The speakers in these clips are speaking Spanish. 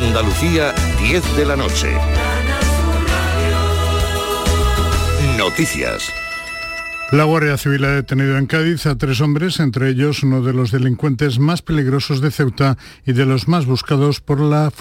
Andalucía, 10 de la noche. Noticias. La Guardia Civil ha detenido en Cádiz a 3 hombres, entre ellos uno de los delincuentes más peligrosos de Ceuta y de los más buscados por las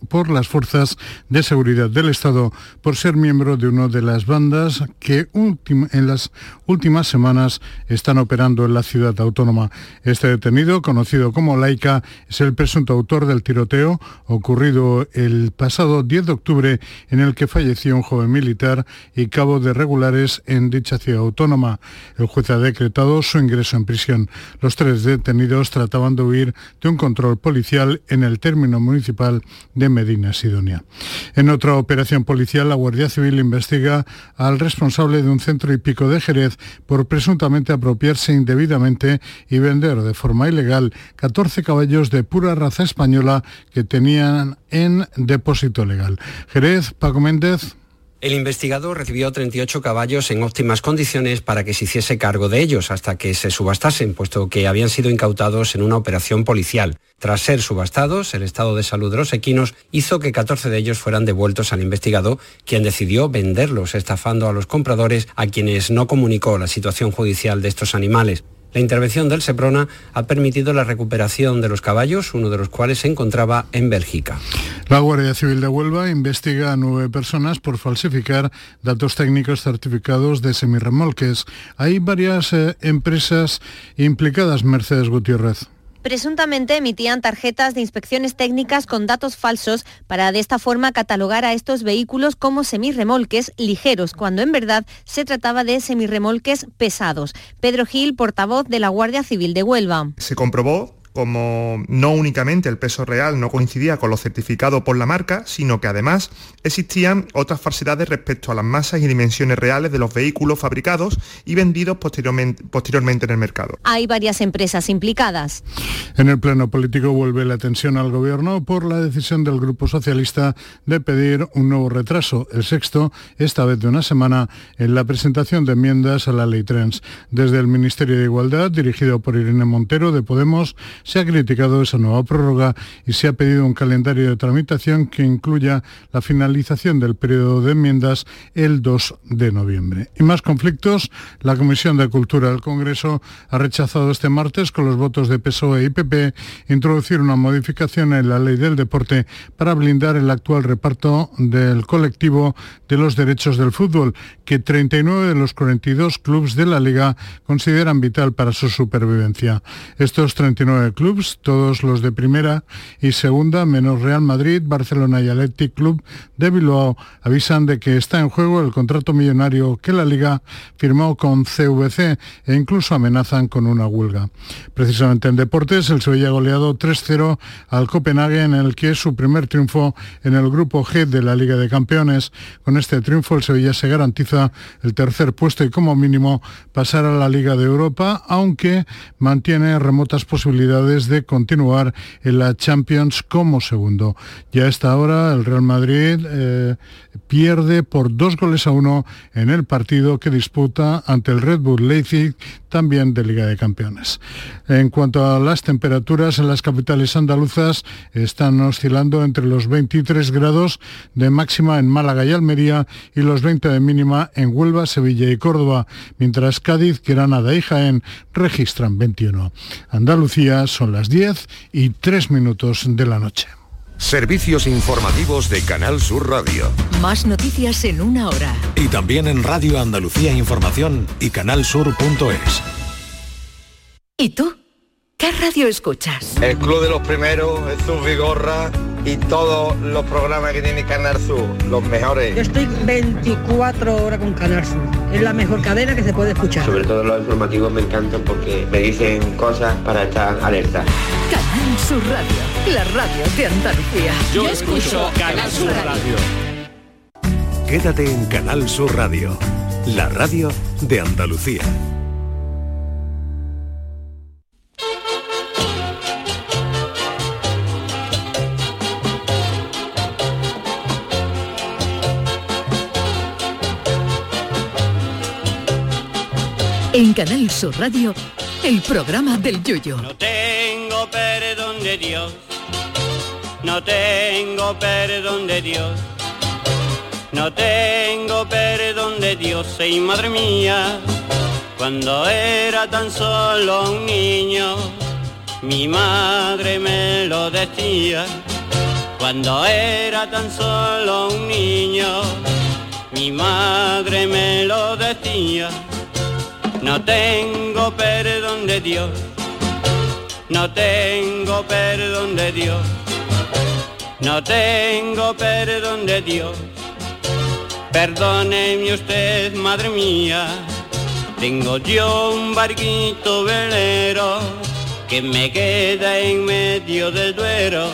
fuerzas de seguridad del Estado, por ser miembro de una de las bandas que en las últimas semanas están operando en la ciudad autónoma. Este detenido, conocido como Laica, es el presunto autor del tiroteo ocurrido el pasado 10 de octubre, en el que falleció un joven militar y cabo de regulares en dicha ciudad autónoma. El juez ha decretado su ingreso en prisión. Los 3 detenidos trataban de huir de un control policial en el término municipal de Medina Sidonia. En otra operación policial, la Guardia Civil investiga al responsable de un centro hípico de Jerez por presuntamente apropiarse indebidamente y vender de forma ilegal 14 caballos de pura raza española que tenían en depósito legal. Jerez, Paco Méndez. El investigador recibió 38 caballos en óptimas condiciones para que se hiciese cargo de ellos hasta que se subastasen, puesto que habían sido incautados en una operación policial. Tras ser subastados, el estado de salud de los equinos hizo que 14 de ellos fueran devueltos al investigado, quien decidió venderlos, estafando a los compradores, a quienes no comunicó la situación judicial de estos animales. La intervención del Seprona ha permitido la recuperación de los caballos, uno de los cuales se encontraba en Bélgica. La Guardia Civil de Huelva investiga a 9 personas por falsificar datos técnicos certificados de semirremolques. Hay varias empresas implicadas, Mercedes Gutiérrez. Presuntamente emitían tarjetas de inspecciones técnicas con datos falsos para de esta forma catalogar a estos vehículos como semirremolques ligeros, cuando en verdad se trataba de semirremolques pesados. Pedro Gil, portavoz de la Guardia Civil de Huelva. Se comprobó como no únicamente el peso real no coincidía con lo certificado por la marca, sino que además existían otras falsedades respecto a las masas y dimensiones reales de los vehículos fabricados y vendidos posteriormente en el mercado. Hay varias empresas implicadas. En el plano político vuelve la tensión al gobierno por la decisión del Grupo Socialista de pedir un nuevo retraso, el 6º, esta vez de una semana, en la presentación de enmiendas a la Ley Trens. Desde el Ministerio de Igualdad, dirigido por Irene Montero de Podemos, se ha criticado esa nueva prórroga y se ha pedido un calendario de tramitación que incluya la finalización del periodo de enmiendas el 2 de noviembre. Y más conflictos. La Comisión de Cultura del Congreso ha rechazado este martes, con los votos de PSOE y PP, introducir una modificación en la Ley del Deporte para blindar el actual reparto del colectivo de los derechos del fútbol, que 39 de los 42 clubes de la Liga consideran vital para su supervivencia. Estos 39 clubes, todos los de primera y segunda, menos Real Madrid, Barcelona y Athletic Club de Bilbao, avisan de que está en juego el contrato millonario que la Liga firmó con CVC e incluso amenazan con una huelga. Precisamente en deportes, el Sevilla ha goleado 3-0 al Copenhague, en el que es su primer triunfo en el grupo G de la Liga de Campeones. Con este triunfo, el Sevilla se garantiza el tercer puesto y como mínimo pasar a la Liga de Europa, aunque mantiene remotas posibilidades de continuar en la Champions como segundo. Ya a esta hora el Real Madrid pierde por 2-1 en el partido que disputa ante el Red Bull Leipzig, también de Liga de Campeones. En cuanto a las temperaturas, en las capitales andaluzas están oscilando entre los 23 grados de máxima en Málaga y Almería y los 20 de mínima en Huelva, Sevilla y Córdoba, mientras Cádiz, Granada y Jaén registran 21. Andalucía, son las 10:03 de la noche. Servicios informativos de Canal Sur Radio. Más noticias en una hora. Y también en Radio Andalucía Información y canalsur.es. ¿Y tú? ¿Qué radio escuchas? El Club de los Primeros, Jesús Vigorra y todos los programas que tiene Canal Sur, los mejores. Yo estoy 24 horas con Canal Sur. Es la mejor cadena que se puede escuchar. Sobre todo los informativos me encantan porque me dicen cosas para estar alerta. Canal Sur Radio, la radio de Andalucía. Yo escucho Canal Sur Radio. Quédate en Canal Sur Radio, la radio de Andalucía. En Canal Sur Radio, el programa del Yoyo. No tengo perdón de Dios no tengo perdón de Dios. No tengo perdón de Dios, y madre mía, cuando era tan solo un niño, mi madre me lo decía. Cuando era tan solo un niño, mi madre me lo decía. No tengo perdón de Dios, no tengo perdón de Dios, no tengo perdón de Dios. Perdóneme usted, madre mía, tengo yo un barquito velero que me queda en medio del Duero.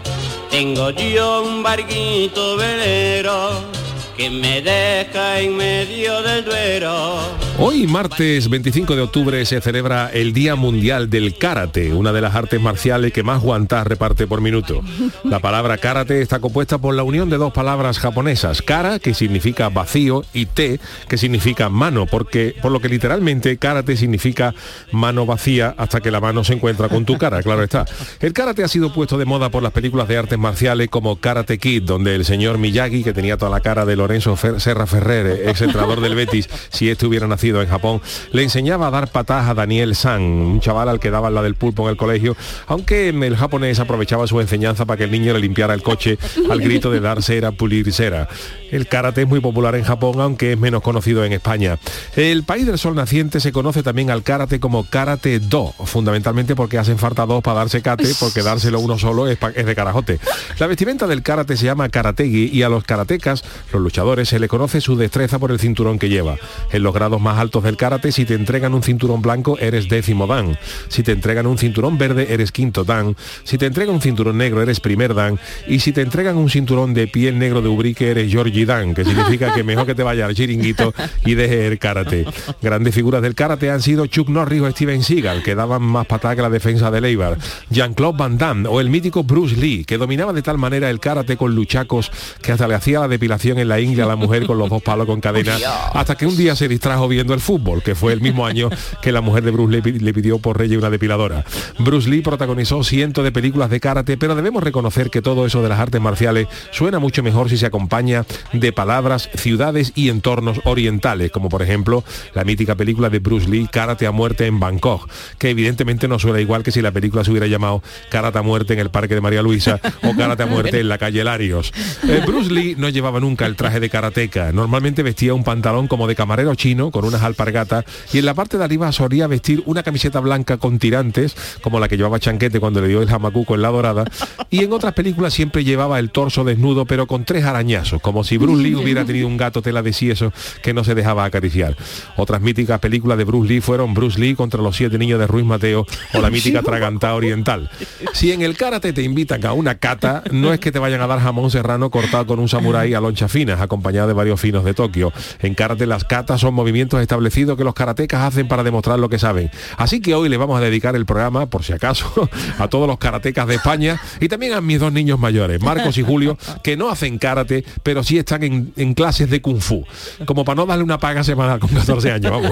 Tengo yo un barquito velero que me deja en medio del Duero. Hoy, martes 25 de octubre, se celebra el Día Mundial del Karate, una de las artes marciales que más guantás reparte por minuto. La palabra karate está compuesta por la unión de dos palabras japonesas, kara, que significa vacío, y te, que significa mano, por lo que literalmente karate significa mano vacía hasta que la mano se encuentra con tu cara, claro está. El karate ha sido puesto de moda por las películas de artes marciales como Karate Kid, donde el señor Miyagi, que tenía toda la cara de Lorenzo Serra Ferrer, ex entrenador del Betis, si este hubiera nacido en Japón, le enseñaba a dar patadas a Daniel San, un chaval al que daban la del pulpo en el colegio, aunque el japonés aprovechaba su enseñanza para que el niño le limpiara el coche al grito de dar cera, pulir cera. El karate es muy popular en Japón, aunque es menos conocido en España. El país del sol naciente se conoce también al karate como karate do, fundamentalmente porque hacen falta dos para darse kate, porque dárselo uno solo es de carajote. La vestimenta del karate se llama karategi y a los karatecas, los luchadores, se le conoce su destreza por el cinturón que lleva. En los grados más altos del karate, si te entregan un cinturón blanco, eres 10º dan. Si te entregan un cinturón verde, eres 5º dan. Si te entregan un cinturón negro, eres 1er dan. Y si te entregan un cinturón de piel negro de ubrique, eres Georgie dan, que significa que mejor que te vaya al chiringuito y deje el karate. Grandes figuras del karate han sido Chuck Norris o Steven Seagal, que daban más patadas que la defensa de Eibar, Jean-Claude Van Damme o el mítico Bruce Lee, que dominaba de tal manera el karate con luchacos que hasta le hacía la depilación en la ingle a la mujer con los 2 palos con cadena, hasta que un día se distrajo viendo el fútbol, que fue el mismo año que la mujer de Bruce Lee le pidió por Reyes una depiladora. Bruce Lee protagonizó cientos de películas de karate, pero debemos reconocer que todo eso de las artes marciales suena mucho mejor si se acompaña de palabras, ciudades y entornos orientales, como por ejemplo la mítica película de Bruce Lee, Karate a muerte en Bangkok, que evidentemente no suena igual que si la película se hubiera llamado Karate a muerte en el Parque de María Luisa o Karate a muerte en la calle Larios. Bruce Lee no llevaba nunca el traje de karateca, normalmente vestía un pantalón como de camarero chino con unas alpargatas y en la parte de arriba solía vestir una camiseta blanca con tirantes, como la que llevaba Chanquete cuando le dio el jamacuco en La Dorada, y en otras películas siempre llevaba el torso desnudo pero con 3 arañazos, como si Bruce Lee hubiera tenido un gato tela de sieso que no se dejaba acariciar. Otras míticas películas de Bruce Lee fueron Bruce Lee contra los 7 niños de Ruiz Mateo o la mítica Tragantá Oriental. Si en el karate te invitan a una kata, no es que te vayan a dar jamón serrano cortado con un samurái a lonchas finas, acompañado de varios finos de Tokio. En karate las katas son movimientos establecidos que los karatecas hacen para demostrar lo que saben. Así que hoy le vamos a dedicar el programa, por si acaso, a todos los karatecas de España y también a mis 2 niños mayores, Marcos y Julio, que no hacen karate, pero sí están en clases de kung fu, como para no darle una paga semanal con 14 años, vamos.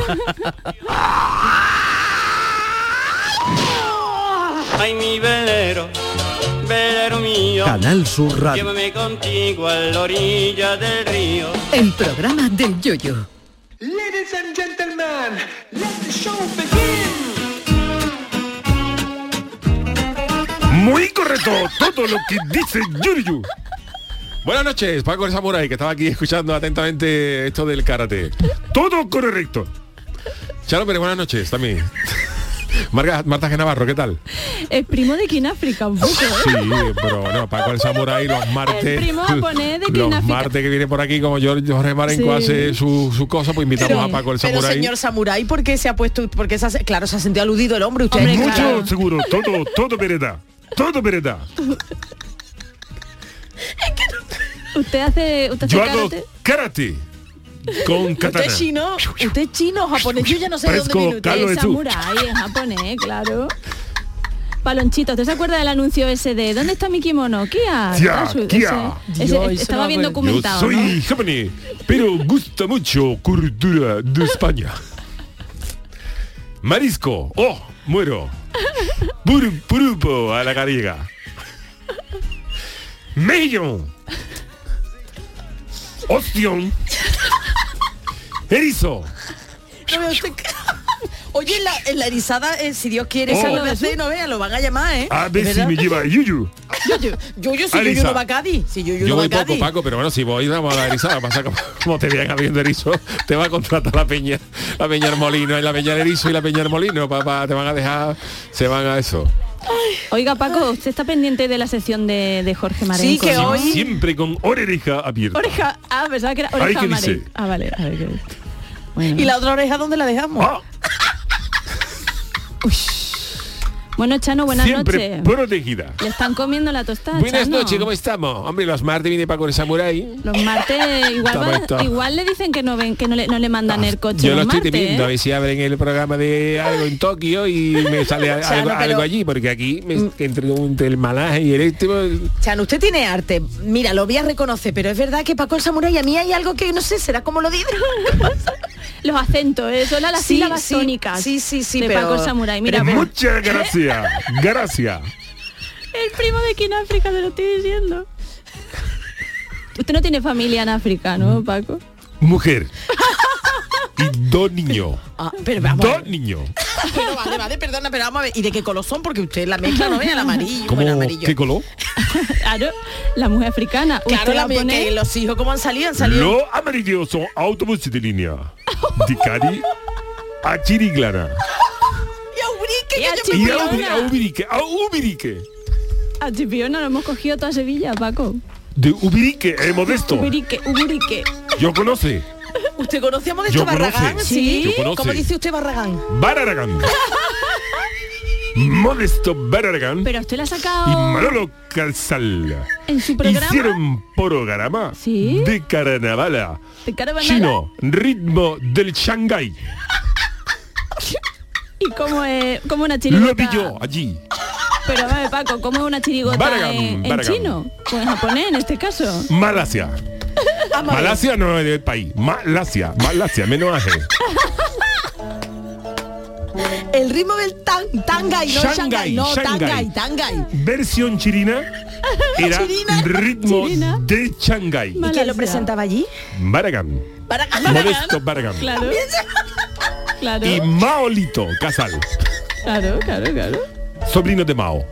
Ay, mi velero, velero mío, Canal Sur Radio. llévame contigo a la orilla del río. El programa del Yoyo. Ladies and gentlemen, let the show begin. Muy correcto, todo lo que dice Yuyu. Buenas noches, Paco el Samurai, que estaba aquí escuchando atentamente esto del karate. Todo correcto. Charo Pérez, buenas noches también. Marta G. Navarro, ¿qué tal? Es primo de King África un poco, ¿eh? Sí, pero no, Paco el Samurai los martes. El primo japonés de King Los África. martes que viene por aquí, como Jorge Marenco hace su cosa, pues invitamos a Paco el Samurai. Pero señor Samurai, ¿por qué se ha puesto? Porque se ha sentido aludido el hombre. Usted Hombre, mucho claro. Seguro, todo pereta. Todo pereta. Usted hace Yo hago karate. karate con katana. Usted es chino, japonés, yo ya no sé de dónde Parezco viene usted. Carlos Es Jesús. samurái, es japonés, claro. Palonchito, ¿usted se acuerda del anuncio ese de ¿dónde está mi kimono? Kia. Kia, Ese- Kia. estaba bien documentado, Yo soy ¿no? japonés, pero gusta mucho cultura de España. Marisco, muero. Pulpo a la gallega. Mejillón. Ostión. Erizo. Oye, en la erizada, si Dios quiere, se lo hace, no vea, lo van a llamar, ¿eh? A ver si me lleva Yuyu. Yuyu, si Yuyu no va a Cádiz. Si Yuyu Yo no va voy a Cádiz. poco, Paco, pero bueno, si voy, vamos a la erizada. Pasa como te vean habiendo erizo, te va a contratar la Peña Molino, y la Peña Erizo y la Peña Molino, papá, te van a dejar, se van a eso. Oiga, Paco, ¿usted está pendiente de la sección de Jorge Marenco? Sí, que hoy... Siempre con oreja abierta. Oreja, pensaba que era oreja ¿qué dice? Marenco. Ah, vale, a ver qué dice. Bueno. ¿Y la otra oreja dónde la dejamos? Bueno, Chano, buenas Siempre noches. protegida. Le están comiendo la tostada, Buenas Chano. noches, ¿cómo estamos? Hombre, los martes viene Paco el Samurai. Los martes igual le dicen que no ven, que no le mandan el coche. Yo lo los estoy martes, temiendo, a ver si abren el programa de algo en Tokio y me sale algo allí, porque aquí entre el malaje y el Chano, usted tiene arte. Mira, lo voy a reconocer, pero es verdad que Paco el Samurai, a mí hay algo que no sé, será como lo dice. Los acentos, son las sílabas tónicas. Sí, de pero, Paco el Samurai. Mira, muchas gracias. Gracias. El primo de aquí en África, te lo estoy diciendo. Usted no tiene familia en África, ¿no, Paco? Mujer. Y 2 niños. Pero vamos. 2 niños. Pero vale, perdona, pero vamos a ver. ¿Y de qué color son? Porque usted la mezcla no ve el amarillo. ¿Cómo? Bueno, amarillo. ¿Qué color? Claro, la mujer africana. Claro, que los hijos, ¿cómo han salido? Los amarillos son autobuses de línea. De Cádiz a Chiriglana. Y a Ubirique. A Chipiona lo hemos cogido toda Sevilla, Paco. De Ubirique, Modesto. Ubirique. Yo conoce. ¿Usted conoce a Modesto Barragán? Sí. ¿Cómo dice usted Barragán? Barragán. Modesto Barragán. Pero usted la ha sacado... Y Manolo Calzal. ¿En su programa? Hicieron programa de carnaval. Chino, ritmo del Shanghái. ¿Y cómo es una chirigota? Lo pilló allí. Pero a ver, Paco, ¿cómo es una chirigota en chino? O en japonés, en este caso. Malasia. Malasia no es del país. Malasia, menos aje. El ritmo del Tangai, no Shanghái, no Tangai. Versión chirina era ritmo de Shanghái. ¿Y quién lo presentaba allí? Barragán. Modesto Barragán. Claro. Y Maolito Casal. Claro. Sobrino de Mao.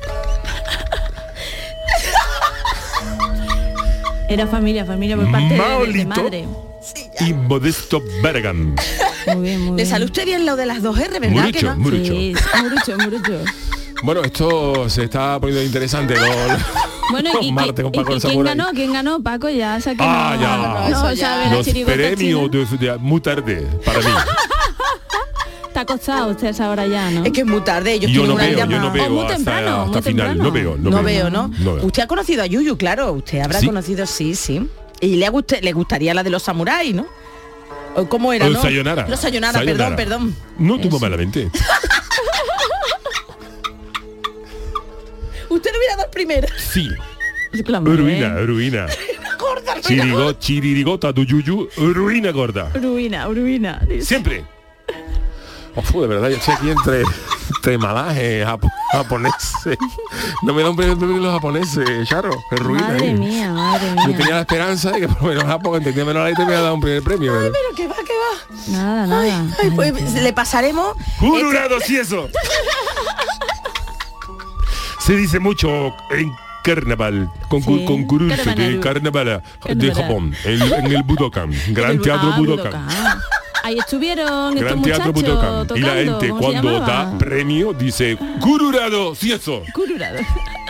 Era familia por parte de madre. Y Modesto Barragán. Muy bien. Le sale usted bien lo de las 2 R, ¿verdad? Murucho. Sí, murucho. Bueno, esto se está poniendo interesante. Bueno, ¿y quién ganó, Paco? Ya se ha quedado. No sabe los premios muy tarde para mí. Está acostado usted a esa hora ya, ¿no? Es que es muy tarde. Yo no veo muy temprano, hasta final. No veo. Usted ha conocido a Yuyu, claro. Usted habrá conocido, sí. Y le gustaría la de los samuráis, ¿no? ¿Cómo era, no? Sayonara, perdón. No tuvo malamente. ¿Usted no hubiera dado primero? Sí. Ruina. Chiririgota tu yuyu, ruina gorda. Ruina. Siempre. De verdad, yo estoy aquí entre malajes japoneses. No me da un premio los japoneses, Charo. Es ruina. Madre mía. Yo tenía la esperanza de que por lo menos Japón entendía menos la ley y me iba a dar un primer premio. Ay, pero que va. Nada. Ay, pues le pasaremos. ¡Jurado, sí eso! Se dice mucho en carnaval, concurso de carnaval de Japón, en el Budokan, Gran Teatro Budokan. Ahí estuvieron Gran Teatro Budokan. Y la gente cuando da premio dice Kururado, sí eso. Kururado.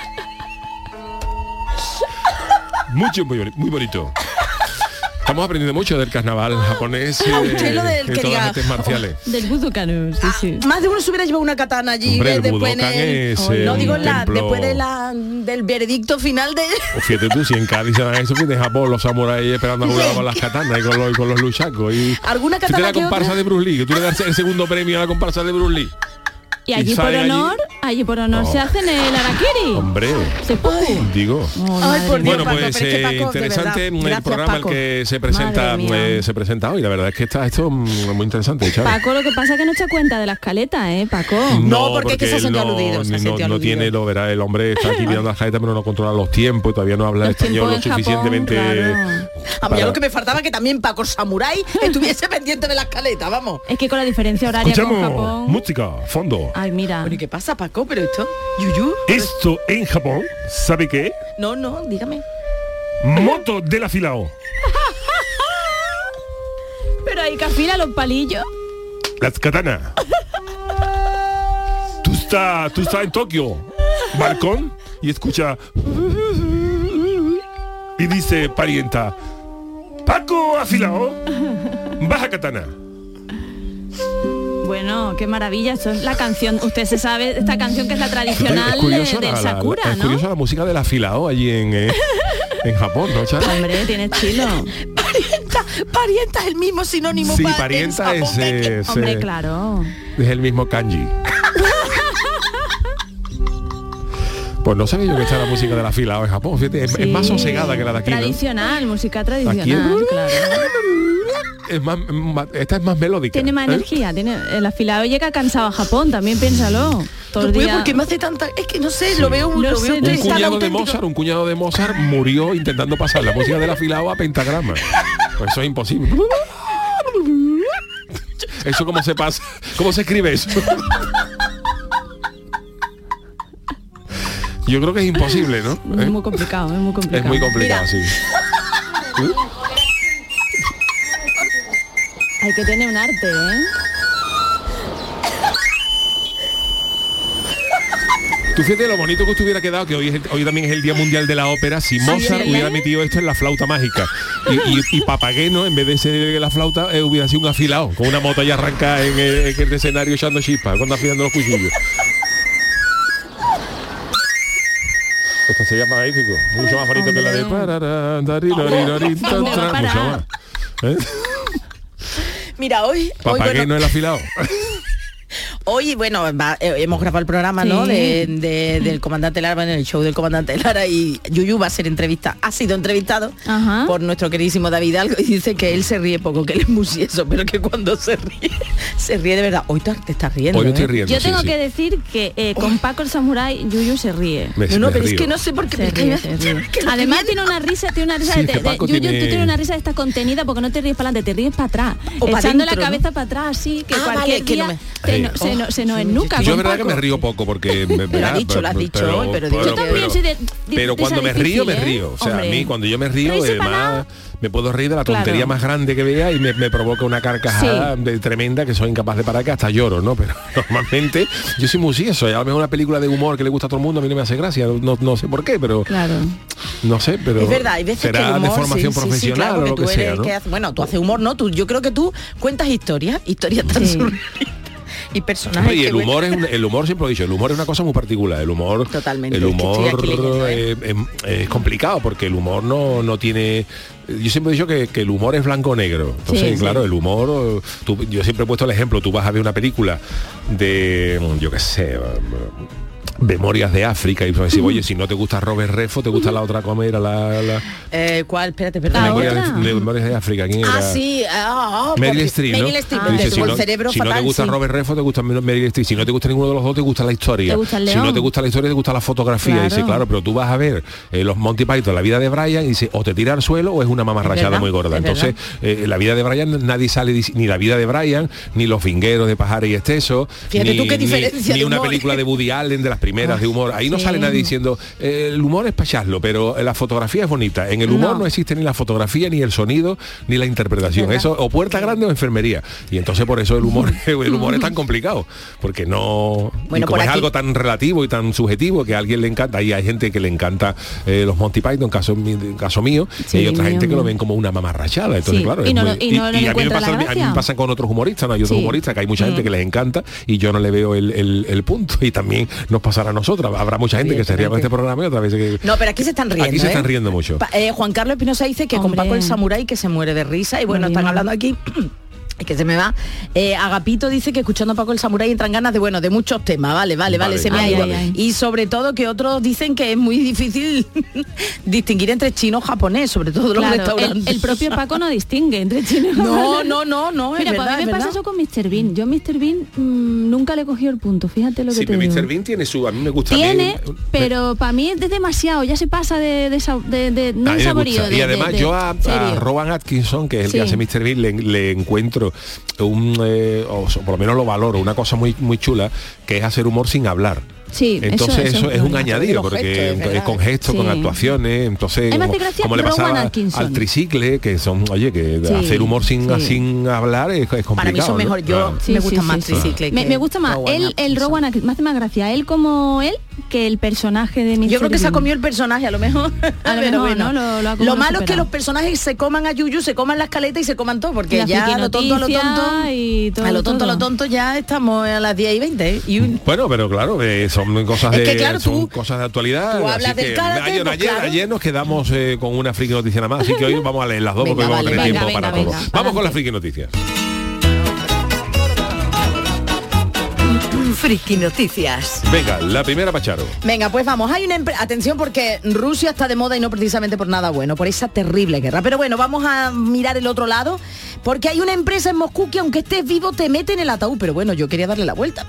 Muy bonito. Estamos aprendiendo mucho del carnaval japonés y de todas las artes marciales. Del Budokan, sí. Más de uno se hubiera llevado una katana allí. Hombre, el después Budokan después del veredicto final de... Fíjate tú, si en Cádiz se dan eso, de Japón los samuráis esperando a jugar con las katanas y con los luchacos. ¿Alguna katana la comparsa de Bruce Lee, que tú le das el segundo premio a la comparsa de Bruce Lee. Y allí por honor Ay, por honor se hacen el harakiri. Hombre, digo. Bueno, pues interesante el programa al que se presenta hoy. La verdad es que esto es muy interesante, Charo. Paco, lo que pasa es que no se cuenta de la escaleta, Paco. No, porque es que se siente aludido. No tiene, lo verá, el hombre está aquí mirando la escaleta, pero no controla los tiempos, todavía no habla español lo suficientemente. Claro. A mí lo que me faltaba que también Paco Samurai estuviese pendiente de la escaleta, vamos. Es que con la diferencia horaria con Japón. Música, fondo. Ay, mira. ¿Pero qué pasa, Paco? ¿Pero esto? ¿Yuyu? Esto en Japón, ¿sabe qué? No, dígame. Moto del afilado. Pero hay que afilar los palillos. Las katanas. Tú estás en Tokio, balcón, y escucha. Y dice parienta, Paco afilado, baja katana. Bueno, qué maravilla, eso es la canción. Usted se sabe esta canción que es la tradicional del Sakura, ¿no? Es curiosa la música del afilado allí en Japón, ¿no, Charo? Hombre, tienes chilo. Parienta es el mismo sinónimo. Sí, parienta es hombre, claro. Es el mismo kanji. Pues no sabía yo que está la música del afilado en Japón. Fíjate, es más sosegada que la de aquí, tradicional, ¿no? Música tradicional, aquí, claro. Esta es más melódica. Tiene más energía, el afilado llega cansado a Japón, también piénsalo. Todo el día. Porque me hace tanta, es que no sé, lo veo un cuñado de Mozart murió intentando pasar la música del afilado a pentagrama. Pues eso es imposible. Eso cómo se pasa, cómo se escribe eso. Yo creo que es imposible, ¿no? Es muy complicado, Es muy complicado, sí. Hay que tener un arte, Tú fíjate lo bonito que hubiera quedado, que hoy también es el Día Mundial de la Ópera, si Mozart hubiera metido esto en la flauta mágica. Y Papageno, en vez de ser la flauta, hubiera sido un afilado, con una moto ya arrancada en el escenario echando chispas, cuando afilando los cuchillos. Esto sería magnífico, mucho más bonito que la de mucho más. Mira, hoy Papageno el afilado. Hoy, bueno, hemos grabado el programa, ¿no? Del comandante Lara, en el show del comandante Lara, y Yuyu va a ser ha sido entrevistado por nuestro queridísimo David Algo, y dice que él se ríe poco, que él es musieso, pero que cuando se ríe de verdad. Hoy te estás riendo. Hoy me estoy riendo. Yo tengo que decir que con Paco el Samurai, Yuyu se ríe. Pero es que no sé por qué Además tiene una risa Yuyu, tú tienes una risa esta contenida, porque no te ríes para adelante, te ríes para atrás, echando la cabeza para atrás, así que cualquier día se nos ennuca. Yo es verdad que me río poco porque lo has dicho, pero cuando me río. O sea, a mí cuando yo me río, además me puedo reír de la tontería más grande que vea y me provoca una carcajada tremenda que soy incapaz de parar, que hasta lloro, ¿no? Pero normalmente yo soy musieso, y a lo mejor una película de humor que le gusta a todo el mundo a mí no me hace gracia, no sé por qué, pero no sé, pero es verdad, hay veces será que el humor, de formación profesional o lo que sea, ¿no? Bueno, tú haces humor, ¿no? Yo creo que tú cuentas historias tan surrealistas y personajes. Y el humor siempre lo he dicho, el humor es una cosa muy particular. El humor totalmente. El humor es complicado porque el humor no tiene. Yo siempre he dicho que el humor es blanco o negro. Entonces, claro, el humor. Yo siempre he puesto el ejemplo. Tú vas a ver una película de, yo qué sé, Memorias de África, y decir, oye, si no te gusta Robert Redford, te gusta la otra, ¿cómo era ¿cuál? Espérate, perdón. Memorias de África, ¿quién era? Sí, Meryl Streep, ¿no? Dice, si no te gusta Robert Redford, te gusta Meryl Streep. Si no te gusta ninguno de los dos, te gusta la historia. Si no te gusta la historia, te gusta la fotografía. Dice, claro, pero tú vas a ver los Monty Python, la vida de Brian, y dice, o te tira al suelo o es una mamarrachada muy gorda. Entonces, la vida de Brian, nadie sale, ni la vida de Brian, ni Los Vingueros de Pajares y Exceso, ni una película de Woody Allen, de las primeras de humor. Ahí no sale nadie diciendo el humor es pacharlo, pero la fotografía es bonita. En el humor no existe ni la fotografía, ni el sonido, ni la interpretación. Eso o puerta grande o enfermería. Y entonces por eso el humor es tan complicado, porque no, y como es algo tan relativo y tan subjetivo que a alguien le encanta, y hay gente que le encanta los Monty Python, en caso mío, y hay otra gente que lo ven como una mamarrachada. Entonces, claro, y a mí me pasa con otros humoristas, ¿no? Hay otros humoristas que hay mucha gente que les encanta y yo no le veo el punto, y también nos pasará a nosotros. Habrá mucha gente que se ría con este programa y otra vez que... No, pero aquí se están riendo. Aquí se están riendo mucho. Juan Carlos Espinosa dice que con Paco el Samurai que se muere de risa, y bueno, están hablando aquí Es que se me va. Agapito dice que escuchando a Paco el Samurái entran ganas de muchos temas. Vale, se me ha ido. Y sobre todo que otros dicen que es muy difícil distinguir entre chino o japonés, sobre todo los restaurantes. El propio Paco no distingue entre chino y japonés. No. Mira, pues a mí me pasa eso con Mr. Bean. Yo Mr. Bean nunca le he cogido el punto, fíjate lo que te digo. Mr. Bean tiene a mí me gusta. Pero para mí es demasiado, ya se pasa de no saborío. Y además yo a Rowan Atkinson, que es el que hace Mr. Bean, le encuentro o por lo menos lo valoro, una cosa muy muy chula, que es hacer humor sin hablar. Sí, entonces eso es un añadido, porque es con gestos, con actuaciones, entonces como le pasaba al tricicle, que son, que hacer humor sin hablar es complicado. Para mí son mejor, me gusta más tricicle. Me gusta más el Rowan Atkinson, me hace más gracia él como él que el personaje de Mr. Yo creo que Bean. se ha comido el personaje, a lo mejor. ¿no? Lo malo es que los personajes se coman a Yuyu, se coman la escaleta y se coman todo, porque ya a lo tonto ya estamos a las 10:20. Bueno, pero claro, son cosas cosas de actualidad. Tú hablas del karate, ayer nos quedamos con una friki noticia nada más, así que hoy vamos a leer las dos porque vamos a tener tiempo para todo. Vamos con las friki noticias. Friki Noticias. Venga, la primera, Pacharo. Venga, pues vamos. Hay una atención, porque Rusia está de moda y no precisamente por nada bueno, por esa terrible guerra. Pero bueno, vamos a mirar el otro lado, porque hay una empresa en Moscú que aunque estés vivo te mete en el ataúd. Pero bueno, yo quería darle la vuelta.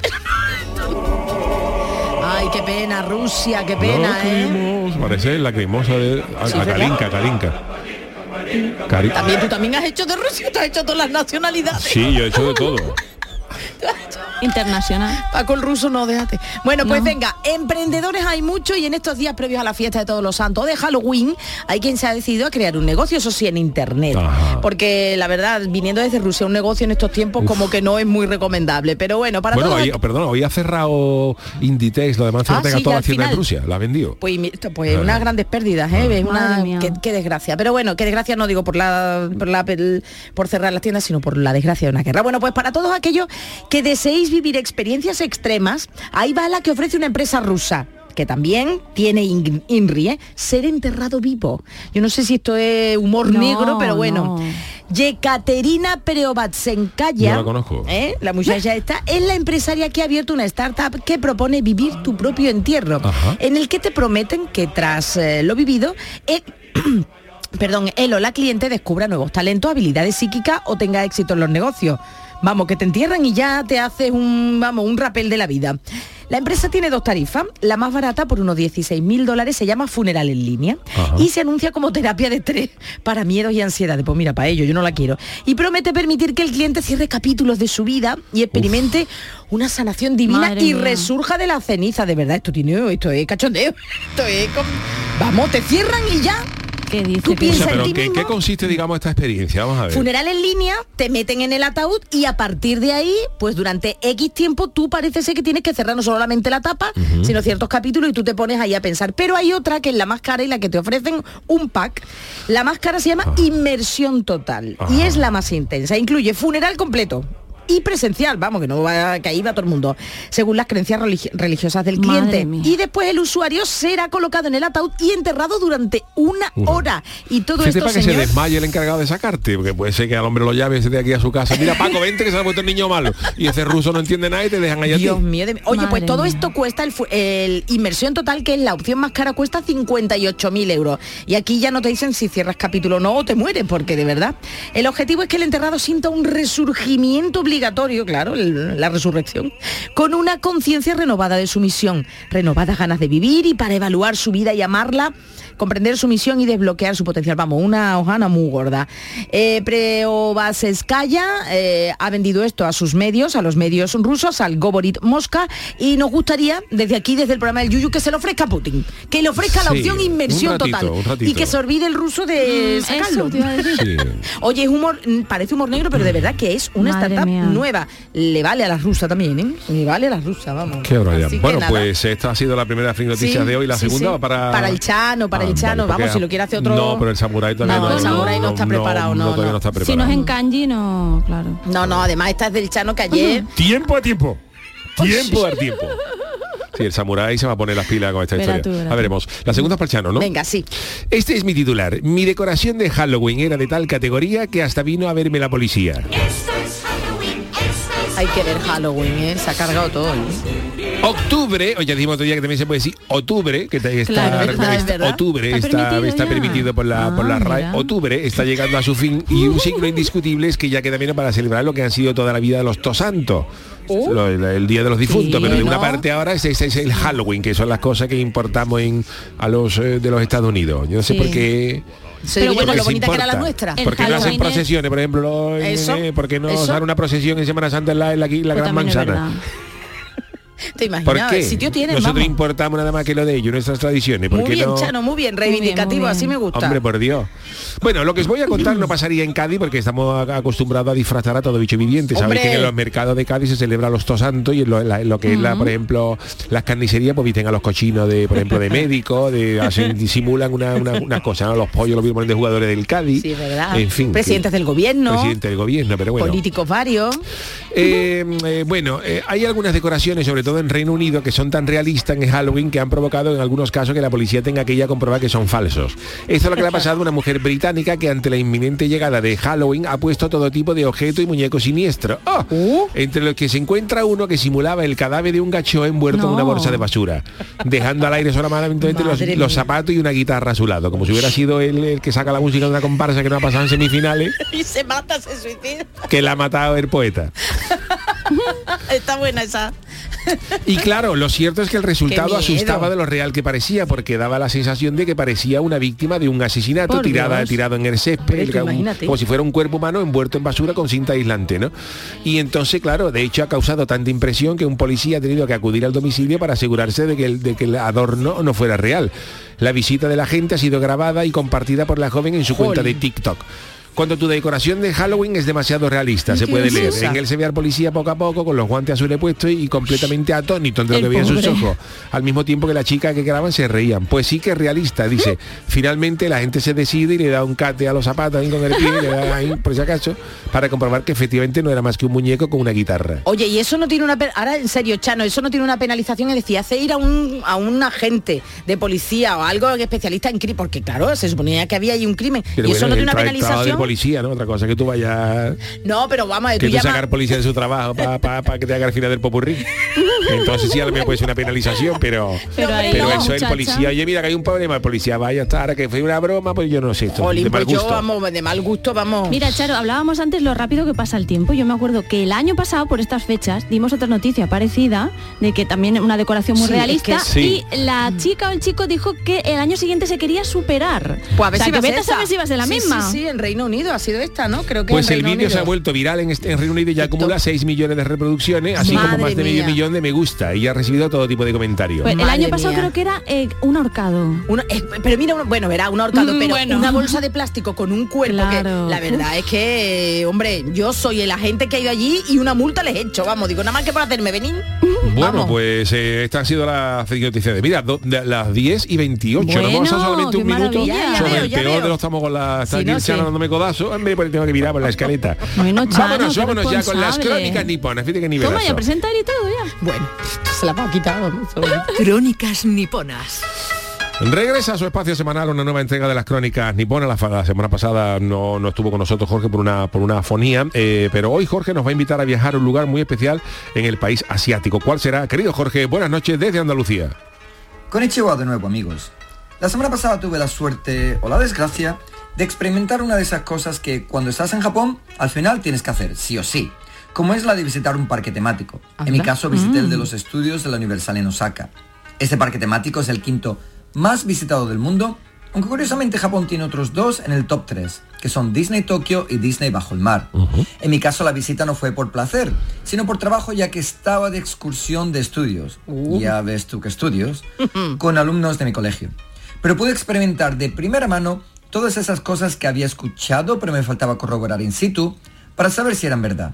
Ay, qué pena, Rusia, qué pena, Parece lacrimosa de Kalinka. También tú también has hecho de Rusia, tú has hecho todas las nacionalidades. Sí, yo he hecho de todo. Internacional. Paco el ruso no, déjate. Bueno, pues venga, emprendedores hay mucho, y en estos días previos a la fiesta de Todos los Santos de Halloween hay quien se ha decidido a crear un negocio, eso sí, en internet. Porque la verdad, viniendo desde Rusia, un negocio en estos tiempos como que no es muy recomendable. Pero bueno, para todos... hoy ha cerrado Inditex, lo demás toda la tienda en Rusia, la ha vendido. Pues unas grandes pérdidas, es una qué desgracia. Pero bueno, qué desgracia no digo por cerrar las tiendas, sino por la desgracia de una guerra. Bueno, pues para todos aquellos que deseéis vivir experiencias extremas, ahí va la que ofrece una empresa rusa, que también tiene INRI, ser enterrado vivo. Yo no sé si esto es humor negro, pero bueno. Yekaterina Preobatsenkaya, no la conozco. La muchacha esta, es la empresaria que ha abierto una startup que propone vivir tu propio entierro, en el que te prometen que tras lo vivido... él o la cliente descubra nuevos talentos, habilidades psíquicas o tenga éxito en los negocios. Vamos, que te entierran y ya te haces un rapel de la vida. La empresa tiene dos tarifas. La más barata, por unos $16.000, se llama Funeral en Línea. Y se anuncia como terapia de estrés para miedos y ansiedades. Pues mira, para ello, yo no la quiero. Y promete permitir que el cliente cierre capítulos de su vida y experimente una sanación divina y resurja de la ceniza. De verdad, esto es cachondeo. Vamos, te cierran y ya... ¿Qué dice? Tú piensas pero en ti mismo. ¿qué consiste, digamos, esta experiencia? Vamos a ver. Funeral en línea, te meten en el ataúd y a partir de ahí, pues durante X tiempo, tú parece ser que tienes que cerrar no solamente la tapa, sino ciertos capítulos, y tú te pones ahí a pensar. Pero hay otra que es la más cara y la que te ofrecen un pack. La más cara se llama Inmersión Total y es la más intensa. Incluye funeral completo y presencial, vamos, que no va, que ahí va todo el mundo, según las creencias religiosas del cliente. Y después el usuario será colocado en el ataúd y enterrado durante una hora. Y todo esto, para que se desmaye el encargado de sacarte, porque puede ser que al hombre lo llave y se de aquí a su casa. Mira, Paco, vente que se ha puesto el niño malo. Y ese ruso no entiende nada y te dejan ahí a ti. Dios mío. Oye, pues todo esto cuesta, el Inmersión Total, que es la opción más cara, cuesta 58.000 euros. Y aquí ya no te dicen si cierras capítulo o no, o te mueres, porque de verdad. El objetivo es que el enterrado sienta un resurgimiento obligatorio, claro, la resurrección, con una conciencia renovada de su misión, renovadas ganas de vivir, y para evaluar su vida y amarla, comprender su misión y desbloquear su potencial. Vamos, una hojana muy gorda. Preobaseskaya ha vendido esto a sus medios, a los medios rusos, al Govorit Mosca, y nos gustaría, desde aquí, desde el programa del Yuyu, que se le ofrezca a Putin, que le ofrezca la opción Inmersión Total, y que se olvide el ruso de sacarlo. Oye, es humor, parece humor negro, pero de verdad que es una startup nueva. Le vale a la rusa también, Le vale a la rusa, vamos. Qué barbaridad. Bueno, pues esta ha sido la primera noticia de hoy, la segunda para el Chano, el Chano, vamos, si lo quiere hacer otro... No, pero el samurái todavía el samurái no está preparado, todavía no está preparado. Si no es en kanji, no, claro. No, además esta es del Chano, que ayer... Tiempo a tiempo. Sí, el samurái se va a poner las pilas con esta historia. A veremos. La segunda es para el Chano, ¿no? Venga, sí. Este es mi titular. Mi decoración de Halloween era de tal categoría que hasta vino a verme la policía. Esto es Hay que ver Halloween, se ha cargado todo. Octubre, hoy ya dijimos otro día que también se puede decir octubre, que está permitido por la RAE. Octubre está llegando a su fin y un signo indiscutible es que ya queda menos para celebrar lo que han sido toda la vida los Tosantos. El día de los difuntos, pero de una parte ahora es el Halloween, que son las cosas que importamos a los de los Estados Unidos. Yo no sé por qué. Pero bueno, lo bonita que era la nuestra. ¿Por qué no hacen procesiones, por ejemplo? ¿Por qué no dar una procesión en Semana Santa en la Gran Manzana? ¿Te imaginas? ¿Por qué? El sitio tiene, nosotros importamos nada más que lo de ellos, nuestras tradiciones. Muy bien, Chano, muy bien, reivindicativo, así me gusta. Hombre, por Dios. Bueno, lo que os voy a contar no pasaría en Cádiz porque estamos acostumbrados a disfrazar a todo bicho viviente. Sabéis que en los mercados de Cádiz se celebra los Tosantos y en lo que es por ejemplo, las carnicerías pues visten a los cochinos por ejemplo, de médicos, disimulan una cosa, ¿no? Los pollos los ponen de jugadores del Cádiz. Sí, verdad. En fin. Presidentes del gobierno, pero bueno. Políticos varios. Hay algunas decoraciones, sobre todo en Reino Unido, que son tan realistas en Halloween que han provocado en algunos casos que la policía tenga que ir a comprobar que son falsos. Esto es lo que le ha pasado a una mujer británica que ante la inminente llegada de Halloween ha puesto todo tipo de objetos y muñecos siniestros. Entre los que se encuentra uno que simulaba el cadáver de un gacho envuelto en una bolsa de basura, dejando al aire solamente los zapatos y una guitarra a su lado, como si hubiera sido el que saca la música de una comparsa que no ha pasado en semifinales. Y se mata, se suicida. Que la ha matado el poeta. Está buena esa. Y claro, lo cierto es que el resultado asustaba de lo real que parecía, porque daba la sensación de que parecía una víctima de un asesinato tirado en el césped, como si fuera un cuerpo humano envuelto en basura con cinta aislante, ¿no? Y entonces, claro, de hecho ha causado tanta impresión que un policía ha tenido que acudir al domicilio para asegurarse de que el adorno no fuera real. La visita de la gente ha sido grabada y compartida por la joven en su cuenta de TikTok. Cuando tu decoración de Halloween es demasiado realista, se puede leer. En él se ve al policía poco a poco con los guantes azules puestos y completamente atónito entre lo que veía en sus ojos, al mismo tiempo que la chica que graban se reían. Pues sí que es realista, dice. Finalmente la gente se decide y le da un cate a los zapatos ahí con el pie, le da ahí por si acaso, para comprobar que efectivamente no era más que un muñeco con una guitarra. Oye, y eso no tiene ahora en serio, Chano, eso no tiene una penalización, es decir, hace ir a un agente de policía o algo especialista en crimen, porque claro, se suponía que había ahí un crimen. Pero y eso no tiene una penalización. Policía, ¿no? Otra cosa que tú vayas... No, pero vamos, que tú sacar policía de su trabajo para que te haga el final del popurrí. Entonces sí, a lo mejor puede ser una penalización, pero eso es el policía. Oye, mira que hay un problema, el policía vaya hasta ahora que fue una broma, pues yo no sé esto. De mal gusto. De mal gusto, vamos. Mira, Charo, hablábamos antes lo rápido que pasa el tiempo. Yo me acuerdo que el año pasado, por estas fechas, dimos otra noticia parecida, de que también una decoración muy realista, y la chica o el chico dijo que el año siguiente se quería superar. Pues a ver si vete a saber si va a ser la misma. Sí, en Reino Unido ha sido esta, ¿no? Creo que pues el vídeo se ha vuelto viral en Reino Unido y ya acumula 6 millones de reproducciones, así como más de medio millón de me gusta, y ha recibido todo tipo de comentarios. Pues el año pasado creo que era un ahorcado. Pero mira, verá, un ahorcado, pero una bolsa de plástico con un cuerpo, claro. Que la verdad es que, hombre, yo soy el agente que ha ido allí y una multa les he hecho, vamos, digo, nada más que por hacerme venir. Bueno, vamos. Pues esta ha sido la noticia de mira, las 10:28, bueno, nos vamos a solamente un minuto sobre el peor de los estamos con la dándome codazo, hombre, porque tengo que mirar por la escaleta. Bueno, Chano, vámonos ya con las crónicas niponas. Fíjate que nivelazo. Toma, ya presentar y todo ya. Bueno, se la puedo quitar. Crónicas niponas. Regresa a su espacio semanal una nueva entrega de las crónicas niponas. La semana pasada no estuvo con nosotros Jorge por una afonía, pero hoy Jorge nos va a invitar a viajar a un lugar muy especial en el país asiático. ¿Cuál será? Querido Jorge, buenas noches desde Andalucía. Konnichiwa de nuevo, amigos. La semana pasada tuve la suerte o la desgracia de experimentar una de esas cosas que cuando estás en Japón, al final tienes que hacer, sí o sí, como es la de visitar un parque temático. En mi caso visité el de los estudios de la Universal en Osaka. Este parque temático es el quinto más visitado del mundo, aunque curiosamente Japón tiene otros dos en el top 3, que son Disney Tokio y Disney Bajo el Mar. En mi caso la visita no fue por placer, sino por trabajo, ya que estaba de excursión de estudios, ya ves tú que estudios, con alumnos de mi colegio. Pero pude experimentar de primera mano todas esas cosas que había escuchado, pero me faltaba corroborar in situ para saber si eran verdad.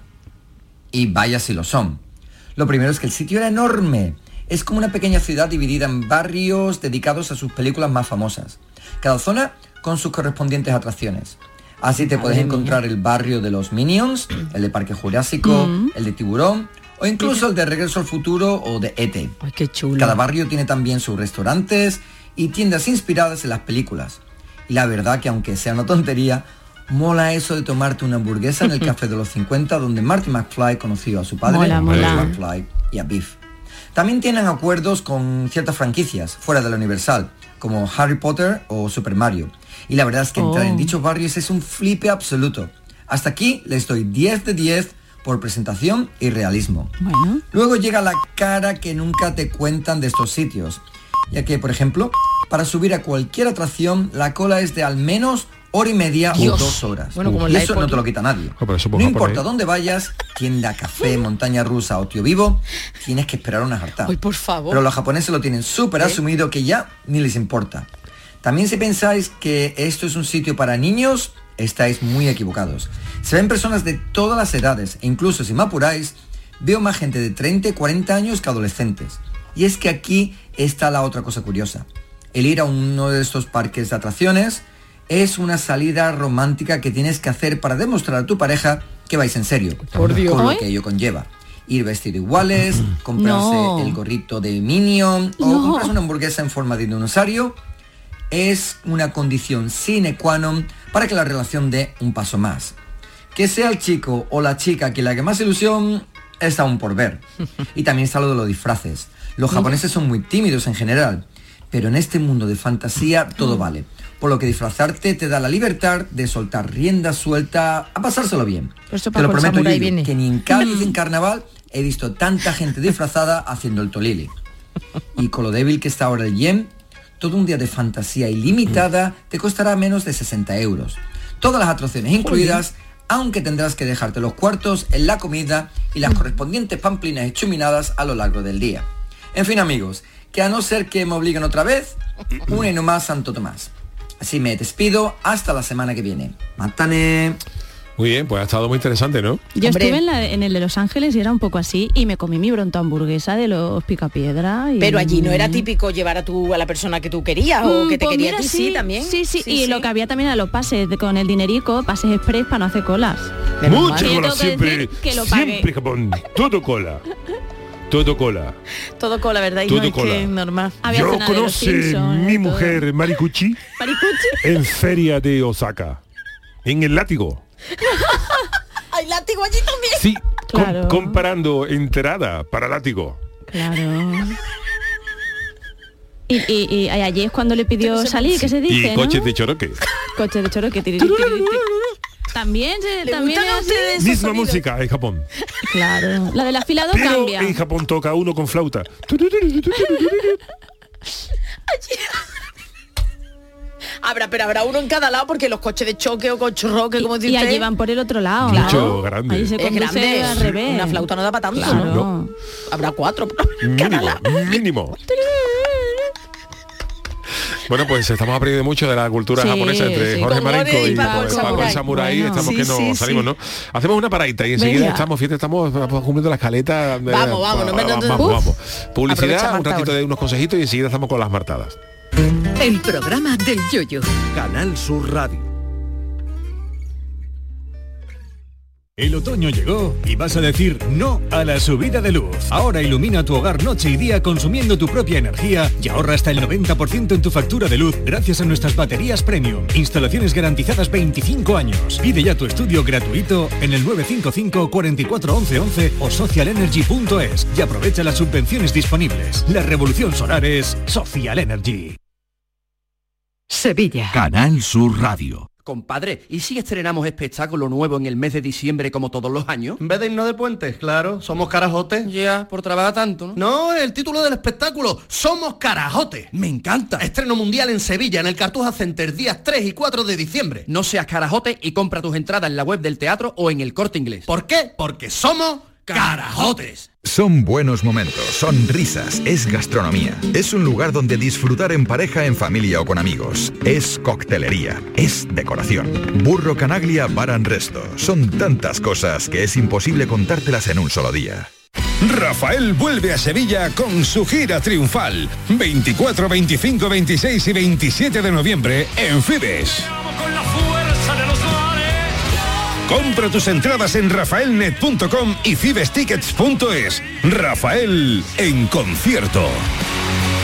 Y vaya si lo son. Lo primero es que el sitio era enorme. Es como una pequeña ciudad dividida en barrios dedicados a sus películas más famosas. Cada zona con sus correspondientes atracciones. Así te puedes encontrar el barrio de los Minions, el de Parque Jurásico, el de Tiburón, o incluso el de Regreso al Futuro o de E.T. Ay, qué chulo. Cada barrio tiene también sus restaurantes y tiendas inspiradas en las películas. Y la verdad que aunque sea una tontería, Mola eso de tomarte una hamburguesa en el café de los 50 donde Marty McFly conoció a su padre, Mola. McFly, y a Biff. También tienen acuerdos con ciertas franquicias fuera de la Universal, como Harry Potter o Super Mario. Y la verdad es que entrar en dichos barrios es un flipe absoluto. Hasta aquí les doy 10 de 10 por presentación y realismo. Bueno. Luego llega la cara que nunca te cuentan de estos sitios, ya que, por ejemplo, para subir a cualquier atracción la cola es de al menos hora y media o 2 horas. Bueno, como y eso no te lo quita nadie. No importa dónde vayas, tienda, café, montaña rusa o tío vivo, tienes que esperar una jartada. Ay, por favor. Pero los japoneses lo tienen súper asumido que ya ni les importa. También si pensáis que esto es un sitio para niños, estáis muy equivocados. Se ven personas de todas las edades e incluso si me apuráis, veo más gente de 30 y 40 años que adolescentes. Y es que aquí está la otra cosa curiosa. El ir a uno de estos parques de atracciones es una salida romántica que tienes que hacer para demostrar a tu pareja que vais en serio. Por Dios. Con lo que ello conlleva. Ir vestido iguales, comprarse el gorrito de Minion o comprarse una hamburguesa en forma de dinosaurio es una condición sine qua non para que la relación dé un paso más. Que sea el chico o la chica que le haga más ilusión está aún por ver. Y también está lo de los disfraces. Los japoneses son muy tímidos en general, pero en este mundo de fantasía todo vale. Por lo que disfrazarte te da la libertad de soltar rienda suelta a pasárselo bien. Te lo prometo, Yuyu, que ni en Cádiz en carnaval he visto tanta gente disfrazada haciendo el tolili. Y con lo débil que está ahora el yen, todo un día de fantasía ilimitada te costará menos de 60 euros. Todas las atracciones incluidas, aunque tendrás que dejarte los cuartos en la comida y las correspondientes pamplinas chuminadas a lo largo del día. En fin, amigos, que a no ser que me obliguen otra vez, una y no más Santo Tomás. Así me despido hasta la semana que viene. ¡Matane! Muy bien, pues ha estado muy interesante, ¿no? Yo estuve en el de Los Ángeles y era un poco así y me comí mi bronto hamburguesa de los Picapiedra. Pero allí no era típico llevar a la persona que tú querías o que te pues quería mira, a ti, sí, también. Sí, lo que había también a los pases con el dinerico, pases express para no hacer colas. Mucha cola siempre, siempre Japón, todo cola. Todo cola. Todo cola, ¿verdad? Y todo no es cola. que es normal. Yo conocí mi mujer Marikuchi en feria de Osaka, en el látigo. ¿Hay látigo allí también? Sí, claro. Comparando entrada para látigo. Claro. Y allí es cuando le pidió salir, ¿qué se dice? Y coches, ¿no? de choroque. Coches de choroque. También es misma música en Japón. Claro. La de la fila 2 pero cambia. En Japón toca uno con flauta. Habrá uno en cada lado porque los coches de choque o coche roque, como dice. Y allí van por el otro lado. Mucho grande. Ahí se conduce al revés. Una flauta no da para tanto. Claro. No. Habrá 4. Mínimo. Bueno, pues estamos aprendiendo mucho de la cultura japonesa entre Jorge Marenco y Paco el Samurai. Bueno, estamos que nos salimos, ¿no? Hacemos una paradita y enseguida estamos cumpliendo la escaleta. Vamos. Publicidad, un ratito de unos consejitos y enseguida estamos con las martadas. El programa del Yoyo. Canal Sur Radio. El otoño llegó y vas a decir no a la subida de luz. Ahora ilumina tu hogar noche y día consumiendo tu propia energía y ahorra hasta el 90% en tu factura de luz gracias a nuestras baterías premium. Instalaciones garantizadas 25 años. Pide ya tu estudio gratuito en el 955 44 11 11 o socialenergy.es y aprovecha las subvenciones disponibles. La revolución solar es Social Energy. Sevilla. Canal Sur Radio. Compadre, ¿y si estrenamos espectáculo nuevo en el mes de diciembre como todos los años? En vez de irnos de puentes, claro, somos carajotes. Ya, por trabajar tanto, ¿no? No, el título del espectáculo, Somos Carajotes. Me encanta. Estreno mundial en Sevilla, en el Cartuja Center, días 3 y 4 de diciembre. No seas carajote y compra tus entradas en la web del teatro o en el Corte Inglés. ¿Por qué? Porque somos carajotes. Son buenos momentos, son risas, es gastronomía. Es un lugar donde disfrutar en pareja, en familia o con amigos. Es coctelería, es decoración. Burro Canaglia Bar and Resto. Son tantas cosas que es imposible contártelas en un solo día. Rafael vuelve a Sevilla con su gira triunfal. 24, 25, 26 y 27 de noviembre en Fibes. Compra tus entradas en rafaelnet.com y fibestickets.es. Rafael en concierto.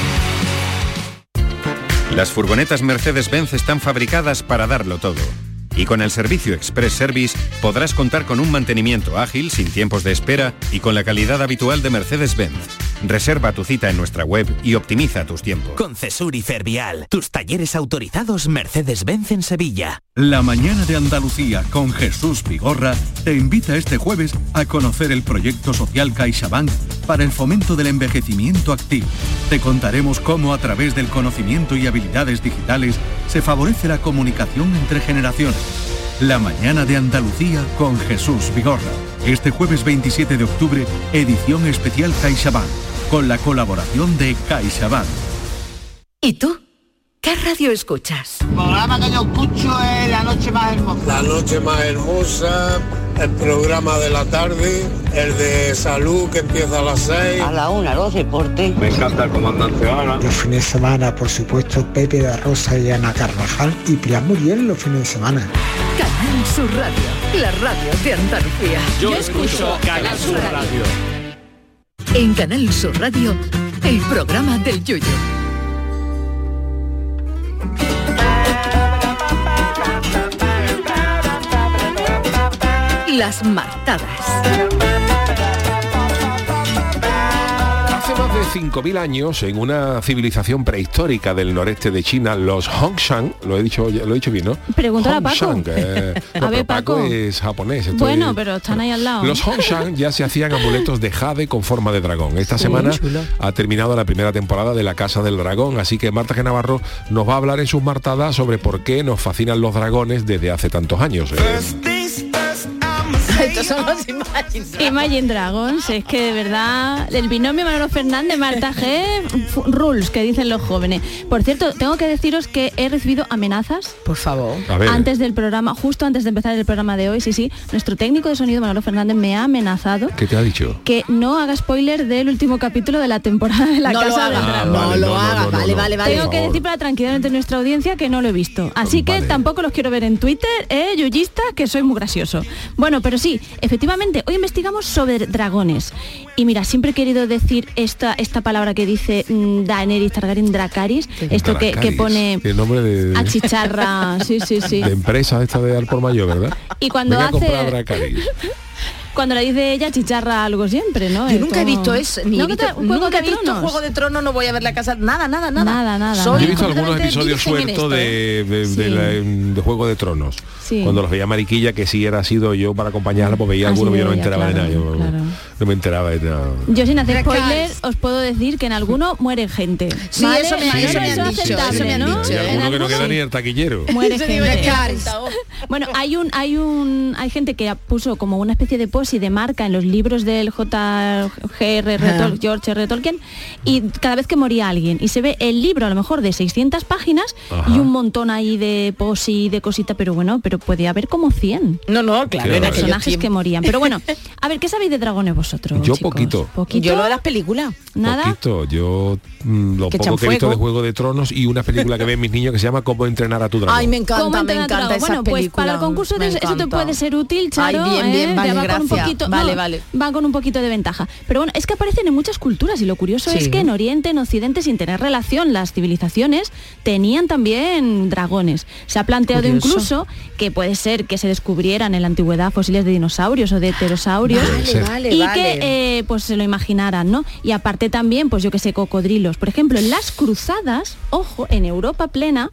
Las furgonetas Mercedes-Benz están fabricadas para darlo todo. Y con el servicio Express Service podrás contar con un mantenimiento ágil, sin tiempos de espera y con la calidad habitual de Mercedes-Benz. Reserva tu cita en nuestra web y optimiza tus tiempos. Con Cesur y Fervial, tus talleres autorizados Mercedes-Benz en Sevilla. La mañana de Andalucía con Jesús Vigorra te invita este jueves a conocer el proyecto social CaixaBank para el fomento del envejecimiento activo. Te contaremos cómo a través del conocimiento y habilidades digitales se favorece la comunicación entre generaciones. La mañana de Andalucía con Jesús Vigorra. Este jueves 27 de octubre, edición especial CaixaBank, con la colaboración de CaixaBank. ¿Y tú? ¿Qué radio escuchas? El programa que yo escucho es La Noche Más Hermosa. La Noche Más Hermosa, el programa de la tarde, el de salud que empieza a las 6. A la 1, los deportes. Me encanta el comandante Ana. Los fines de semana, por supuesto, Pepe da Rosa y Ana Carvajal y Pilar Muriel los fines de semana. Canal Sur Radio, la radio de Andalucía. Yo escucho Canal Sur Radio. En Canal Sur Radio, el programa del Yoyo. Las martadas. Hace más de 5.000 años, en una civilización prehistórica del noreste de China, los Hongshan, lo he dicho bien, ¿no? Pregúntale a Paco. A ver, Paco es japonés. Bueno, pero están ahí al lado. Los Hongshan ya se hacían amuletos de jade con forma de dragón. Esta semana ha terminado la primera temporada de La Casa del Dragón, así que Marta G. Navarro nos va a hablar en sus martadas sobre por qué nos fascinan los dragones desde hace tantos años. Estos son los Imagine Dragons, es que de verdad el binomio Manolo Fernández, Marta G, rules, que dicen los jóvenes. Por cierto, tengo que deciros que he recibido amenazas. Por favor. Antes del programa, justo antes de empezar el programa de hoy, sí, nuestro técnico de sonido Manolo Fernández me ha amenazado. ¿Qué te ha dicho? Que no haga spoiler del último capítulo de la temporada de La Casa del Dragón. No lo haga, vale. Tengo que decir para la tranquilidad de nuestra audiencia que no lo he visto. Así que tampoco los quiero ver en Twitter, yuyista, que soy muy gracioso. Bueno, pero sí, efectivamente, hoy investigamos sobre dragones. Y mira, siempre he querido decir esta palabra que dice Daenerys Targaryen, Dracarys, esto que pone el nombre de achicharra, sí. De empresa esta de al por mayor, ¿verdad? Y cuando venga hace... a comprar Dracarys. Cuando le dice ella, chicharra algo siempre, ¿no? Yo nunca he visto eso, ni nunca he visto Juego de Tronos, no voy a ver La Casa, nada. Yo he visto algunos episodios sueltos de Juego de Tronos. Sí. Cuando los veía Mariquilla, que sí era sido yo para acompañarla, pues veía algunos, pero yo no me enteraba de nada. No me enteraba de nada. Yo sin hacer spoiler os puedo decir que en alguno muere gente. Sí, ¿vale? eso me han dicho. Y alguno que no queda ni el taquillero. Muere gente. Bueno, hay gente que puso como una especie de post y de marca en los libros del George R. Tolkien, y cada vez que moría alguien y se ve el libro a lo mejor de 600 páginas y un montón ahí de post y de cosita, pero podía haber como 100 claro, de personajes que morían. Pero bueno, a ver, ¿qué sabéis de dragones vosotros? Yo, chicos? poquito. Yo lo de las películas. ¿Nada? Poquito. Yo lo poco que he visto de Juego de Tronos y una película que ven mis niños que se llama Cómo entrenar a tu dragón. Ay, me encanta esa bueno, pues película, para el concurso de eso te puede ser útil, Charo. Ay, bien, vale, gracias. Vale. Van con un poquito de ventaja. Pero bueno, es que aparecen en muchas culturas y lo curioso es que en Oriente, en Occidente, sin tener relación, las civilizaciones tenían también dragones. Se ha planteado incluso que puede ser que se descubrieran en la antigüedad fósiles de dinosaurios o de pterosaurios que pues se lo imaginaran, ¿no? Y aparte también, pues yo que sé, cocodrilos. Por ejemplo, en las cruzadas, ojo, en Europa plena,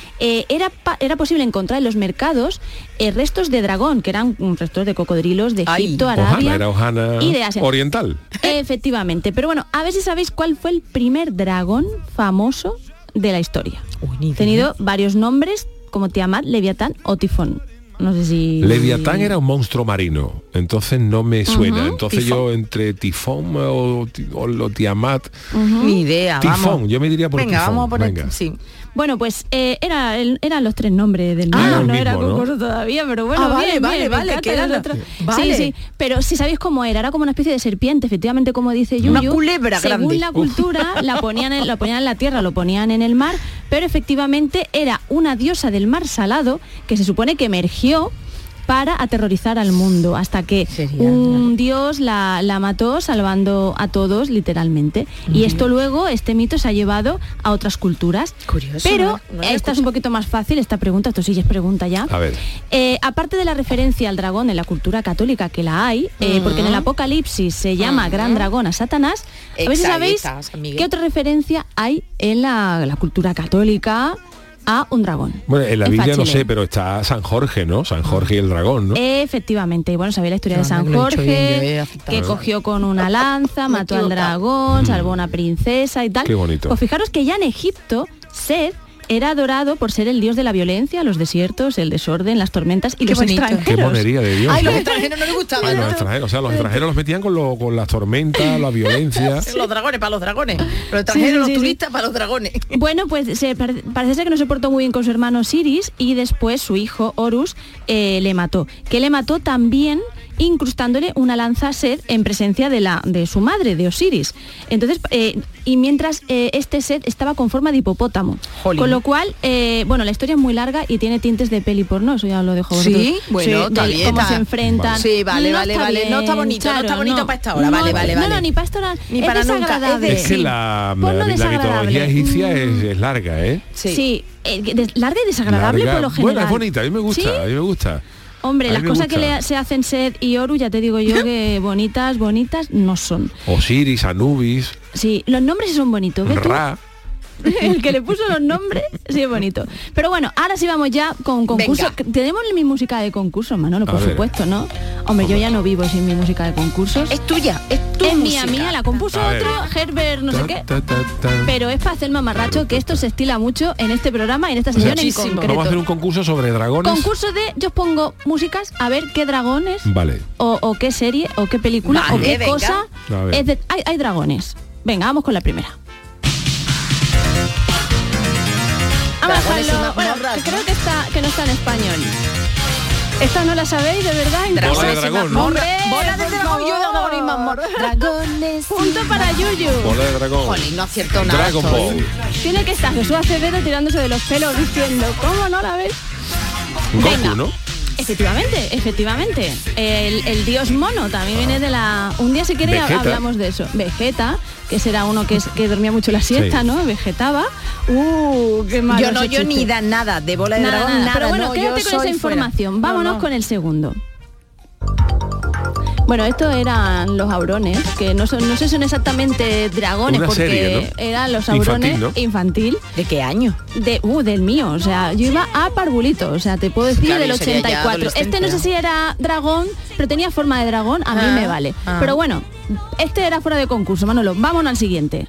era posible encontrar en los mercados restos de dragón, que eran restos de cocodrilos de Egipto, Arabia y de Asia oriental. Efectivamente. Pero bueno, a ver si sabéis cuál fue el primer dragón famoso de la historia. Tenido varios nombres como Tiamat, Leviatán o Tifón. No sé si... Leviatán era un monstruo marino, entonces no me suena. Entonces Tifón. Yo entre Tifón o Tiamat... Ni idea, Tifón, vamos. Yo me diría por Venga, Tifón. Vamos a poner... Sí. Bueno, pues eran los 3 nombres del mismo, no era concurso todavía, pero bueno, vale, que eran otros. Vale. Sí, pero si sabéis cómo era como una especie de serpiente, efectivamente, como dice Yuyu. Una culebra según grande. La cultura, la ponían en la tierra, lo ponían en el mar, pero efectivamente era una diosa del mar salado que se supone que emergió para aterrorizar al mundo, hasta que un dios la mató, salvando a todos literalmente. Y esto luego, este mito se ha llevado a otras culturas. Curioso. Pero esta es un poquito más fácil, esta pregunta, esto sí es pregunta ya. A ver. Aparte de la referencia al dragón en la cultura católica, que la hay, porque en el Apocalipsis se llama gran dragón a Satanás, a ver si sabéis qué otra referencia hay en la cultura católica a un dragón. Bueno, en la Biblia no sé, pero está San Jorge, ¿no? San Jorge y el dragón, ¿no? Efectivamente. Y bueno, sabéis la historia de San Jorge, que cogió con una lanza, mató al dragón, salvó a una princesa y tal. Qué bonito. Pues fijaros que ya en Egipto, Seth era adorado por ser el dios de la violencia, los desiertos, el desorden, las tormentas y los extranjeros. Qué monería de Dios. Ay, los extranjeros no les gustaban. Los extranjeros los metían con las tormentas, la violencia. Los dragones para los dragones. Los extranjeros, los turistas para los dragones. Bueno, pues parece ser que no se portó muy bien con su hermano Osiris y después su hijo Horus le mató. Que le mató también incrustándole una lanza a Seth en presencia de su madre, de Osiris. Entonces, y mientras este Seth estaba con forma de hipopótamo. Jolín. Con lo cual, bueno, la historia es muy larga y tiene tintes de peli porno, eso ya lo dejo vosotros. Sí, bueno, está bien. Cómo se enfrentan. Sí, vale. No está bonito, claro, no está bonito para esta hora, vale. No, ni para esta hora. Ni para nunca. Es que la mitología egipcia es larga, ¿eh? Sí, larga y desagradable por lo general. Bueno, es bonita, a mí me gusta, Hombre, las cosas que se hacen Seth y Horus, ya te digo yo que bonitas no son. Osiris, Anubis. Sí, los nombres sí son bonitos. ¿Ves Ra. El que le puso los nombres sí es bonito. Pero bueno, ahora sí vamos ya con concurso. Tenemos mi música de concurso, Manolo, por supuesto, ¿no? Hombre, yo ya no vivo sin mi música de concursos. Es tuya, es tu música. Mía, la compuso otro, Herbert, no sé qué. Pero es para hacer mamarracho, que esto se estila mucho en este programa y en esta sesión en concreto. Vamos a hacer un concurso sobre dragones. Concurso de, yo os pongo músicas, a ver qué dragones, vale, o qué serie, o qué película, o qué cosa es de, hay dragones. Venga, vamos con la primera. Bueno, creo que no está en español. Esta no la sabéis, de verdad. Bola de dragón, ¿no? Bola de dragón, yo de dragón y mazmorra. Dragones. Punto para Yuyu. Bola de dragón. Jolín, no acierto nada. Dragon Ball. Tiene que estar Jesús Acevedo tirándose de los pelos diciendo, ¿cómo no la ves? Goku, ¿no? Efectivamente. El dios mono también viene de la... Un día si queréis hablamos de eso. Vegeta, que será uno que dormía mucho la siesta, ¿no? Vegetaba. Qué malo. Yo ni da nada de bola de dragón, nada. Pero bueno, quédate con esa información. Vámonos con el segundo. Bueno, estos eran los aurones, que no sé si son exactamente dragones, una porque serie, ¿no? Eran los aurones infantil. ¿De qué año? Del mío, o sea, yo iba a Parvulito, o sea, te puedo decir del 84. Este no sé si era dragón, pero tenía forma de dragón, a mí me vale. Pero bueno, este era fuera de concurso, Manolo. Vámonos al siguiente.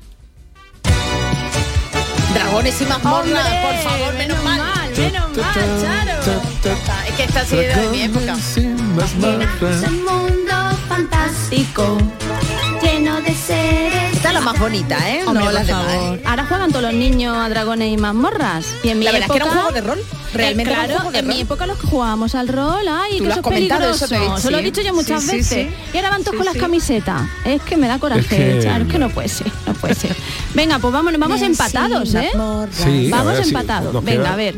Dragones y mazmorras, por favor, menos mal, Charo. Es que esta ha sido de mi época. Un mundo fantástico, lleno de seres. Esta es la más bonita, ¿eh? Hombre, no las por favor. Ahora juegan todos los niños a dragones y mazmorras. Y en mi verdad época, es que era un juego de rol. Realmente claro, era un juego de en rol. mi época los que jugábamos al rol, ay, tú que lo has eso es comentado, peligroso. eso Se lo he dicho yo muchas veces. Y ahora van todos con las camisetas. Es que me da coraje, Charo, es que no puede ser. Venga, pues vamos empatados, ¿eh? Sí, vamos empatados. Venga, a ver.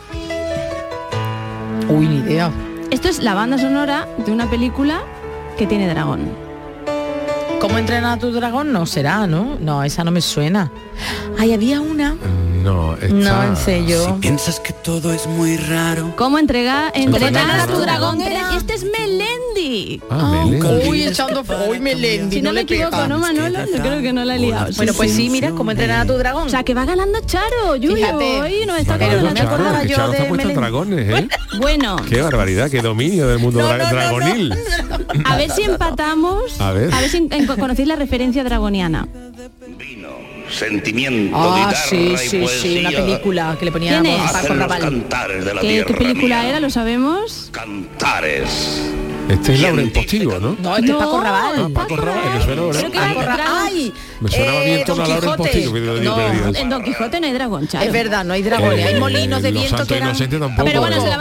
Uy, ni idea. Esto es la banda sonora de una película que tiene dragón. ¿Cómo entrenar a tu dragón? No será, ¿no? No, esa no me suena. Ay, había una. No, no, en serio. Si piensas que todo es muy raro. ¿Cómo entrenar a tu dragón? Este es Melendi. Melendi. Uy, echando Uy, Melendi. Si no me equivoco, ¿no, Manolo? Yo creo que no la he liado. Bueno, pues sí, mira, ¿cómo entrenar a tu dragón? O sea, que va ganando Charo, Yuyu. Hoy nos está quedando. No me acordaba yo de Melendi. Dragones, ¿eh? Bueno. Qué barbaridad, qué dominio del mundo dragonil. A ver si empatamos. A ver si conocéis la referencia dragoniana. Sentimiento, guitarra y poesía. Sí, una película que le ponían a Paco Rabanne. ¿Qué película era? ¿Lo sabemos? Cantares. Este es Lauren Postigo, ¿no? No, este es Paco Rabanne. Paco Rabanne, me suena, ¿verdad? Me sonaba bien toda Lauren Postigo. En Don Quijote no hay dragón, Charo. Es verdad, no hay dragones, hay molinos de viento que eran... Tampoco, pero bueno, se la vamos a dar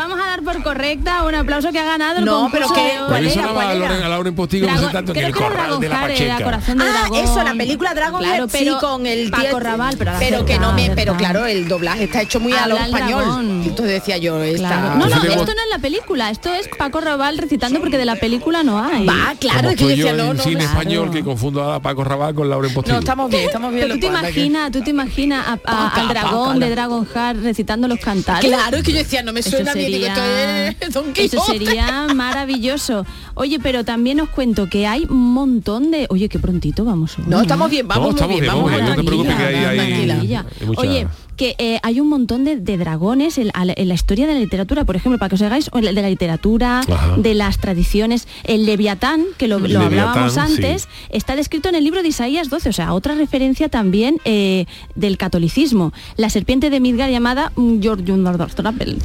por correcta, un aplauso que ha ganado el No, pero concurso que de hoy. ¿cuál era? A Lauren Postigo presentando en el corral de la Pacheca. Corazón de dragón. Eso, la película Dragon, claro, sí, pero con el Paco Raval, pero que no me, pero claro, el doblaje está hecho muy a lo español. Dragón. Entonces decía yo, claro. No, esto no es la película, esto es Paco Raval recitando porque de la película no hay. Va, claro, es que yo decía en cine español que confundo a Paco Raval con Lauren Postigo. No, estamos bien. Pero tú te imaginas al dragón de Dragonheart recitando los cantares. Claro, es que yo decía, no me suena bien, digo, esto es Don Quijote. Eso sería maravilloso. Oye, pero también os cuento que hay un montón de... Oye, qué prontito vamos hoy. No, estamos bien, vamos muy bien. No te preocupes que hay Oye, que hay un montón de dragones en la historia de la literatura, por ejemplo, para que os hagáis de la literatura, de las tradiciones. El Leviatán, que lo hablábamos antes, está descrito en el libro de Isaías 12, o sea, otra referencia también del catolicismo. La serpiente de Midgard llamada Jormungandr.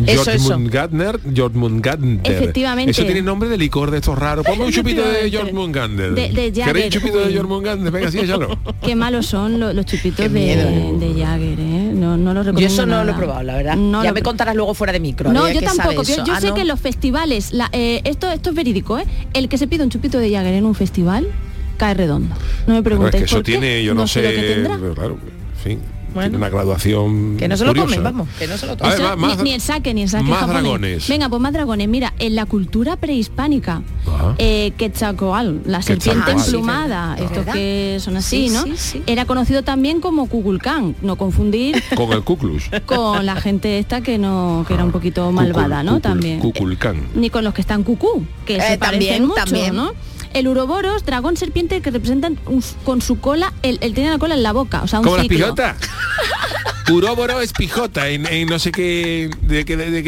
Jormungandr. Efectivamente. Eso tiene nombre de licor de estos raros. Ponme un chupito de Jormungandr. ¿Queréis un chupito de Jormungandr? Venga, sí, échalo. Qué malos son los chupitos de Jagger, ¿eh? No lo recomiendo. Yo eso no nada. lo he probado, la verdad. No ya me contarás luego fuera de micro. No, yo tampoco. Yo sé que en los festivales, esto es verídico, ¿eh? El que se pide un chupito de Jagger en un festival cae redondo. No me preguntéis es que eso por qué. Tiene, yo no sé, lo que tendrá. Claro, en fin. Tiene una graduación que no se lo curiosa. comen, vamos, que no se lo tomen. Ni el saque más japonés. Dragones. Venga, pues más dragones. Mira, en la cultura prehispánica, Quetzalcóatl, la serpiente emplumada, estos que son así, ¿no? Sí. Era conocido también como Kukulcán, no confundir con el Kuklux, con la gente esta que era un poquito malvada, ¿no? También. Kukulcán. Ni con los que están cucú, que se parecen mucho, ¿no? El Uroboros, dragón serpiente que representan con su cola, él tiene la cola en la boca, o sea, un como ciclo. Las pijotas. Uróboro es pijota en no sé qué de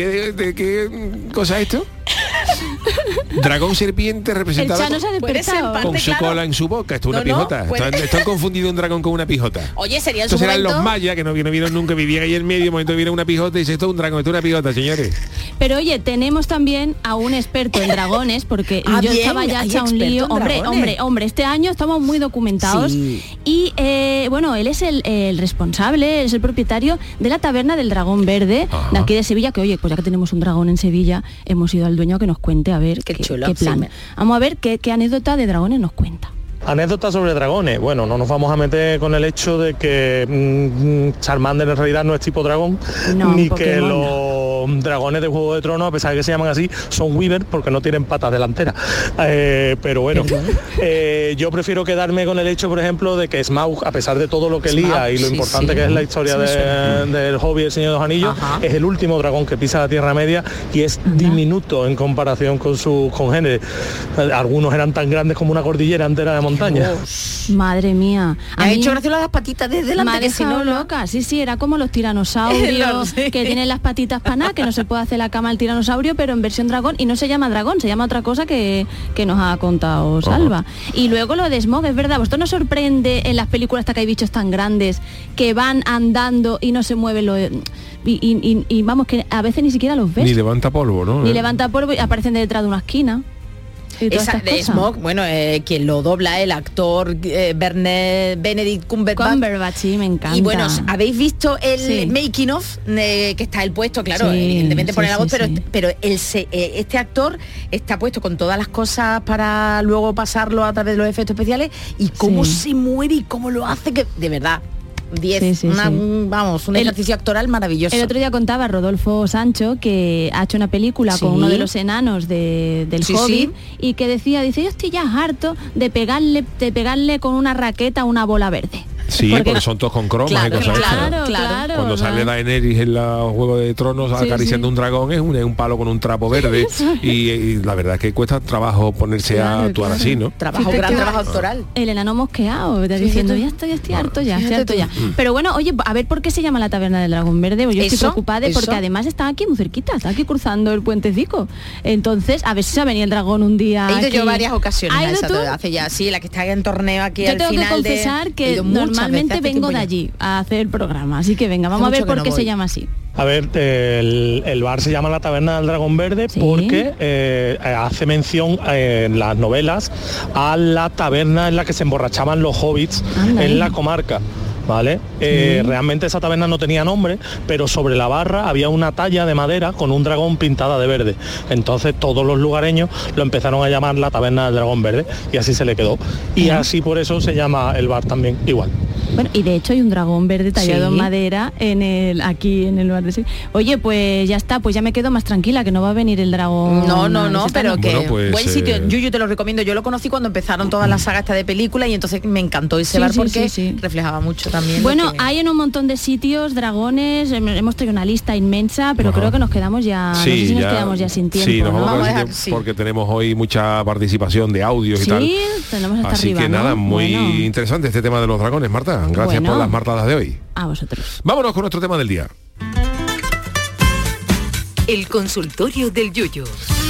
qué cosa es esto. Dragón serpiente representado con su cola en su boca. Esto es una pijota. Están confundido un dragón con una pijota. Oye, sería Estos eran los mayas que no vieron nunca, vivían ahí en medio, de momento vieron una pijota y dice, esto es un dragón, esto es una pijota, señores. Pero oye, tenemos también a un experto en dragones, porque yo estaba ya hecha un lío. Hombre, este año estamos muy documentados. Sí. Y bueno, él es el responsable, es el propietario de la taberna del Dragón Verde, de aquí de Sevilla, que oye, pues ya que tenemos un dragón en Sevilla, hemos ido al dueño a que nos cuente a ver qué plan. Vamos a ver qué anécdota de dragones nos cuenta. Anécdotas sobre dragones. Bueno, no nos vamos a meter con el hecho de que Charmander en realidad no es tipo dragón, ni que los dragones de Juego de Tronos, a pesar de que se llaman así, son Weaver porque no tienen patas delanteras. Pero bueno, yo prefiero quedarme con el hecho, por ejemplo, de que Smaug, a pesar de todo lo que lía y lo importante que es la historia del Hobbit y el Señor de los Anillos, es el último dragón que pisa la Tierra Media y es diminuto en comparación con sus congéneres. Algunos eran tan grandes como una cordillera entera de montaña. Madre mía. Ha hecho gracia las patitas desde delante, que si no loca. Sí, era como los tiranosaurios que tienen las patitas para nada, que no se puede hacer la cama al tiranosaurio, pero en versión dragón, y no se llama dragón, se llama otra cosa que nos ha contado Salva. Y luego lo de Smaug, es verdad, ¿vosotros nos sorprende en las películas hasta que hay bichos tan grandes que van andando y no se mueven y vamos, que a veces ni siquiera los ves? Ni levanta polvo, ¿no? Ni levanta polvo y aparecen detrás de una esquina. Esa de Smaug, bueno, quien lo dobla, el actor Benedict Cumberbatch. Sí, me encanta. Y bueno, ¿habéis visto el making of que está el puesto? Claro, evidentemente pone la voz, pero este actor está puesto con todas las cosas para luego pasarlo a través de los efectos especiales y cómo se mueve y cómo lo hace, que de verdad 10, un ejercicio actoral maravilloso. El otro día contaba Rodolfo Sancho que ha hecho una película con uno de los enanos del Hobbit y que dice, yo estoy ya harto de pegarle con una raqueta una bola verde. Sí, porque son todos con cromas y cosas claro. Cuando sale Daenerys en los Juego de Tronos acariciando un dragón es un palo con un trapo verde y la verdad es que cuesta trabajo ponerse a actuar así, ¿no? Gran trabajo actoral. El enano mosqueado, diciendo, ya estoy harto ya. Pero bueno, oye, a ver por qué se llama la taberna del Dragón Verde. Yo estoy preocupada porque además está aquí muy cerquita, está aquí cruzando el puentecico. Entonces, a ver si se va a venir el dragón un día. He ido yo varias ocasiones a esa, hace ya, la que está en torneo aquí yo al final. Yo tengo que confesar que normalmente vengo de allí a hacer el programa, así que venga, vamos a ver por qué se llama así. A ver, el bar se llama la Taberna del Dragón Verde porque hace mención en las novelas a la taberna en la que se emborrachaban los hobbits en la comarca. ¿vale? Realmente esa taberna no tenía nombre, pero sobre la barra había una talla de madera con un dragón pintada de verde. Entonces todos los lugareños lo empezaron a llamar la taberna del dragón verde y así se le quedó. Y así por eso se llama el bar también igual. Bueno, y de hecho hay un dragón verde tallado en madera aquí en el bar de... Oye, pues ya está, pues ya me quedo más tranquila, que no va a venir el dragón. No, pero que buen sitio. Yuyu, te lo recomiendo. Yo lo conocí cuando empezaron todas las sagas de película y entonces me encantó ese bar porque reflejaba mucho también. Bueno, hay en un montón de sitios dragones, hemos tenido una lista inmensa, pero creo que nos quedamos ya, no sé si nos quedamos ya sin tiempo. Sí, nos vamos a dejar, porque tenemos hoy mucha participación de audios y tal. Sí, tenemos hasta así arriba, que nada, muy interesante este tema de los dragones, Marta. Gracias por las martadas de hoy. A vosotros. Vámonos con nuestro tema del día. El consultorio del Yuyu.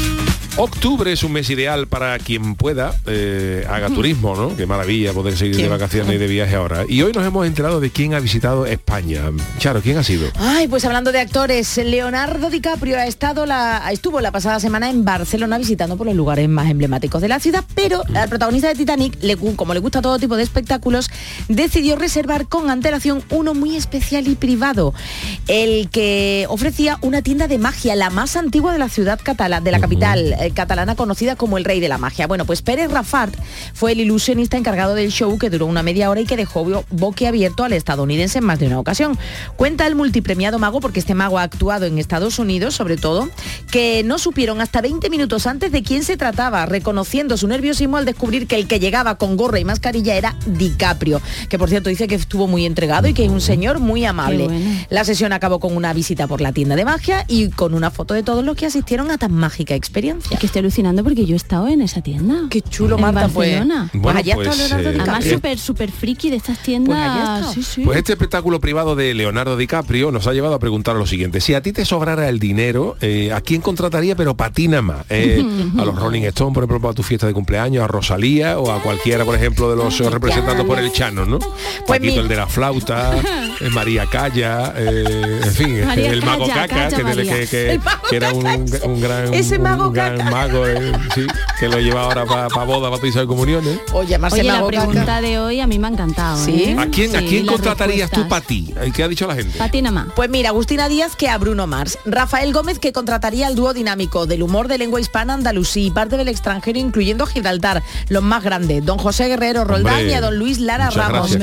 Octubre es un mes ideal para quien pueda, haga turismo, ¿no? Qué maravilla poder seguir de vacaciones y de viaje ahora. Y hoy nos hemos enterado de quién ha visitado España. Charo, ¿quién ha sido? Ay, pues hablando de actores, Leonardo DiCaprio estuvo la pasada semana en Barcelona visitando por los lugares más emblemáticos de la ciudad, pero al protagonista de Titanic, como le gusta todo tipo de espectáculos, decidió reservar con antelación uno muy especial y privado, el que ofrecía una tienda de magia, la más antigua de la ciudad de la capital catalana, conocida como el Rey de la Magia. Bueno, pues Pérez Rafart fue el ilusionista encargado del show, que duró una media hora y que dejó boquiabierto al estadounidense en más de una ocasión. Cuenta el multipremiado mago, porque este mago ha actuado en Estados Unidos, sobre todo, que no supieron hasta 20 minutos antes de quién se trataba, reconociendo su nerviosismo al descubrir que el que llegaba con gorra y mascarilla era DiCaprio, que por cierto dice que estuvo muy entregado y que es un señor muy amable. La sesión acabó con una visita por la tienda de magia y con una foto de todos los que asistieron a tan mágica experiencia. Es que estoy alucinando porque yo he estado en esa tienda. Qué chulo, Marta, Barcelona. Pues allá está Leonardo DiCaprio. Además súper friki de estas tiendas. Pues este espectáculo privado de Leonardo DiCaprio nos ha llevado a preguntar lo siguiente: si a ti te sobrara el dinero, ¿a quién contrataría pero para ti nada más? A los Rolling Stones, por ejemplo, para tu fiesta de cumpleaños, a Rosalía o a cualquiera, por ejemplo, de los representados por el Chano, ¿no? Pues Paquito, el de la flauta, María Calla, en fin, el mago Caca, que era un gran mago, sí, que lo lleva ahora para boda, bautizo de comuniones. Oye, la pregunta de hoy a mí me ha encantado. ¿Sí? ¿A quién contratarías tú para ti? ¿Qué ha dicho la gente? Para ti nada más. Pues mira, Agustina Díaz que a Bruno Mars, Rafael Gómez que contrataría al dúo dinámico del humor de lengua hispana Andalusí y parte del extranjero, incluyendo Gibraltar, los más grandes, don José Guerrero Roldán y a don Luis Lara Ramos.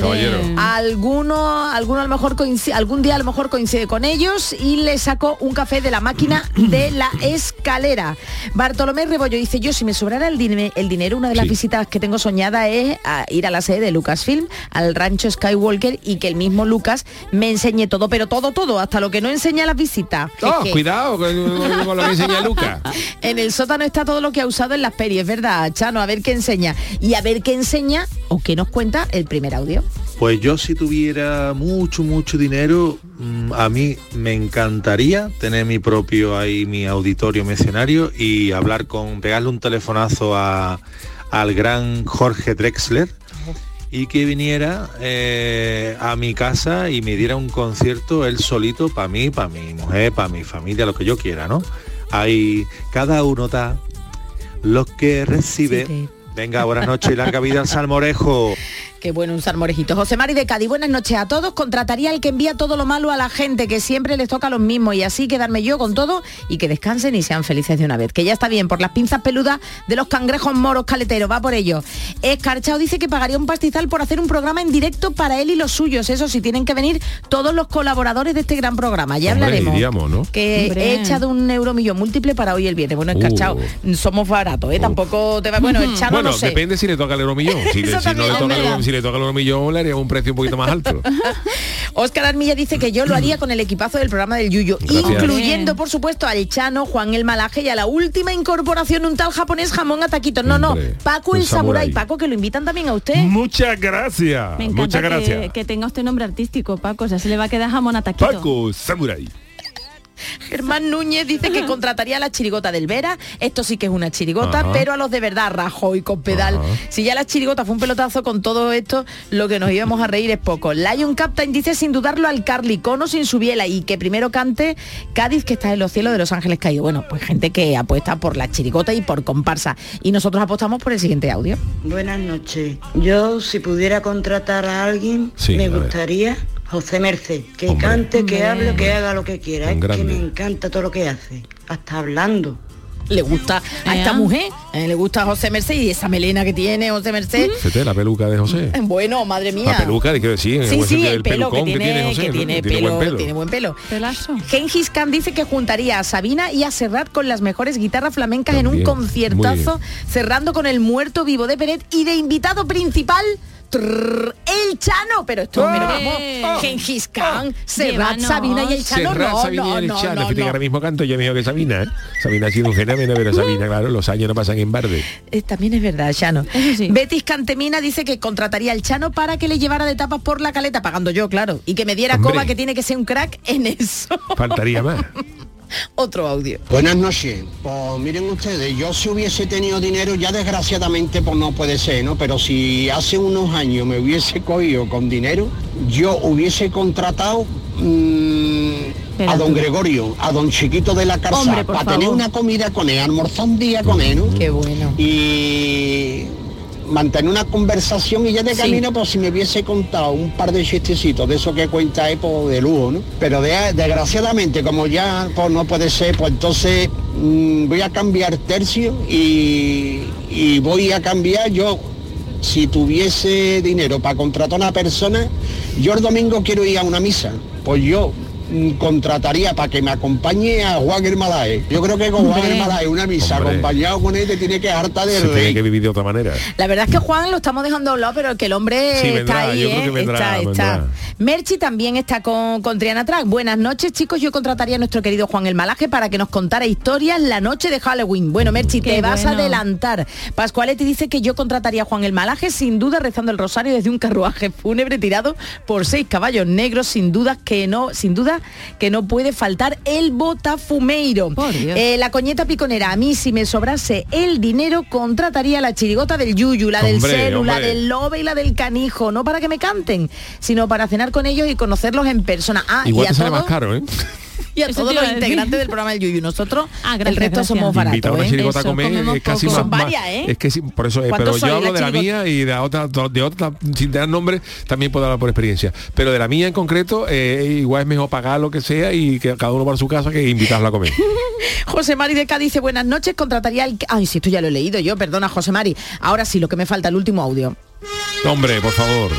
Alguno a lo mejor algún día a lo mejor coincide con ellos y le sacó un café de la máquina de la escalera. Bartolomé Rebollo dice: yo si me sobrara el dinero, una de las visitas que tengo soñada es ir a la sede de Lucasfilm, al rancho Skywalker, y que el mismo Lucas me enseñe todo, pero todo, hasta lo que no enseña las visitas. Cuidado con lo que enseña Lucas. En el sótano está todo lo que ha usado en las pelis, ¿verdad, Chano? A ver qué enseña. Y a ver qué enseña o qué nos cuenta el primer audio. Pues yo si tuviera mucho dinero, a mí me encantaría tener mi propio mi auditorio, mi escenario y pegarle un telefonazo al gran Jorge Drexler y que viniera a mi casa y me diera un concierto él solito para mí, para mi mujer, para mi familia, lo que yo quiera, ¿no? Ahí cada uno da lo que recibe. Sí. Venga, buenas noches y larga vida al salmorejo. Qué bueno, un salmorejito. José Mari de Cádiz, buenas noches a todos. Contrataría al que envía todo lo malo a la gente, que siempre les toca a los mismos, y así quedarme yo con todo y que descansen y sean felices de una vez. Que ya está bien por las pinzas peludas de los cangrejos moros caleteros, va por ello. Escarchao dice que pagaría un pastizal por hacer un programa en directo para él y los suyos. Eso sí, tienen que venir todos los colaboradores de este gran programa. Ya hablaremos. Iríamos, ¿no? Que he echado un euromillón múltiple para hoy el viernes. Bueno, Escarchao, somos baratos, Tampoco te va... Bueno, el Chano no sé. Depende si le toca el euromillón. Si le toca el euromillón, le haría un precio un poquito más alto. Óscar Armilla dice que yo lo haría con el equipazo del programa del Yuyo, incluyendo por supuesto al Chano, Juan el Malaje y a la última incorporación un tal japonés Jamón a taquitos. No, Paco el Samurai. Paco, que lo invitan también a usted. Muchas gracias. Me encanta muchas gracias. Que tenga usted nombre artístico, Paco, o sea, se le va a quedar Jamón a taquitos. Paco Samurai. Germán Núñez dice que contrataría a la chirigota del Vera. Esto sí que es una chirigota, Ajá. pero a los de verdad, Rajoy con pedal. Ajá. Si ya la chirigota fue un pelotazo, con todo esto lo que nos íbamos a reír es poco. Lion Captain dice sin dudarlo al Carly Cono sin su biela y que primero cante Cádiz que está en los cielos de Los Ángeles Caídos. Bueno, pues gente que apuesta por la chirigota y por comparsa. Y nosotros apostamos por el siguiente audio. Buenas noches. Yo, si pudiera contratar a alguien, Sí, me a ver. gustaría José Merced, que Hombre. cante, que hable, que haga lo que quiera. Un Es grande. que me encanta todo lo que hace, hasta hablando. Le gusta a esta mujer, le gusta a José Merced y esa melena que tiene José Merced. Fíjate, la peluca de José. Bueno, madre mía. La peluca, quiero decir, en Sí, buen sí, sentido, el pelo pelucón que tiene, José, ¿no? tiene buen pelo. Pelazo. Gengis Khan dice que juntaría a Sabina y a Serrat con las mejores guitarras flamencas en También, un muy conciertazo, cerrando con el muerto vivo de Peret y de invitado principal el Chano. Pero esto, pero vamos, Gengis Khan, Serrat, Llévanos. Sabina y el Chano. Serrat, No, Sabina y el no, Chano. no, Fíjate que no. ahora mismo canto yo mejor que Sabina, ¿eh? Sabina ha sido un fenómeno, pero Sabina, claro, los años no pasan en barde. También es verdad, Chano. Eso sí. Betis Cantemina dice que contrataría al Chano para que le llevara de tapas por la caleta, pagando yo, claro, y que me diera Hombre. coba, que tiene que ser un crack en eso. Faltaría más. Otro audio. Buenas noches. Pues miren ustedes, yo si hubiese tenido dinero, ya desgraciadamente pues no puede ser, ¿no? Pero si hace unos años me hubiese cogido con dinero, yo hubiese contratado a don Gregorio, a don Chiquito de la Carza, Hombre, por para favor. tener una comida con él, almorzar un día con él, ¿no? Qué bueno. Y mantener una conversación y ya de Sí. camino, pues si me hubiese contado un par de chistecitos de eso que cuenta él, pues de lujo, ¿no? Pero desgraciadamente, como ya pues no puede ser, pues entonces voy a cambiar tercio y voy a cambiar yo. Si tuviese dinero para contratar a una persona, yo el domingo quiero ir a una misa, pues yo contrataría para que me acompañe a Juan el Malaje. Yo creo que con Juan el Malaje una misa, Hombre. acompañado con él, te tiene que hartar de Se tiene rey. que vivir de otra manera. La verdad es que Juan lo estamos dejando a un lado, pero que el hombre Sí, vendrá, está ahí, yo creo que vendrá, está. vendrá. Merchi también está con Triana Track. Buenas noches, chicos. Yo contrataría a nuestro querido Juan el Malaje para que nos contara historias la noche de Halloween. Bueno, Merchi, Qué te vas a bueno. adelantar. Pascualetti dice que yo contrataría a Juan el Malaje, sin duda, rezando el rosario desde un carruaje fúnebre tirado por 6 caballos negros, sin duda que no puede faltar el botafumeiro. Por Dios. La coñeta piconera, a mí si me sobrase el dinero, contrataría la chirigota del Yuyu, la del Hombre, Celu, la hombre. del Lobe y la del Canijo, no para que me canten, sino para cenar con ellos y conocerlos en persona. Igual y a te sale todos, más caro, ¿eh? y a Eso todos te iba los a decir. integrantes del programa del Yuyu. Nosotros, Gracias, el resto gracias. somos Invitar a baratos, una ¿eh? chirigota a Eso, comer comemos es casi poco. más, Son varias, ¿eh? Es que sí, por eso pero ¿Cuántos yo sois, hablo la de la chirigota? mía y de otra sin dar nombre también puedo hablar por experiencia, pero de la mía en concreto igual es mejor pagar lo que sea y que cada uno para su casa que invitarla a comer. José Mari de Cádiz dice, buenas noches, contrataría el... Ay, sí, esto ya lo he leído yo, perdona, José Mari. Ahora sí, lo que me falta, el último audio. Hombre, por favor.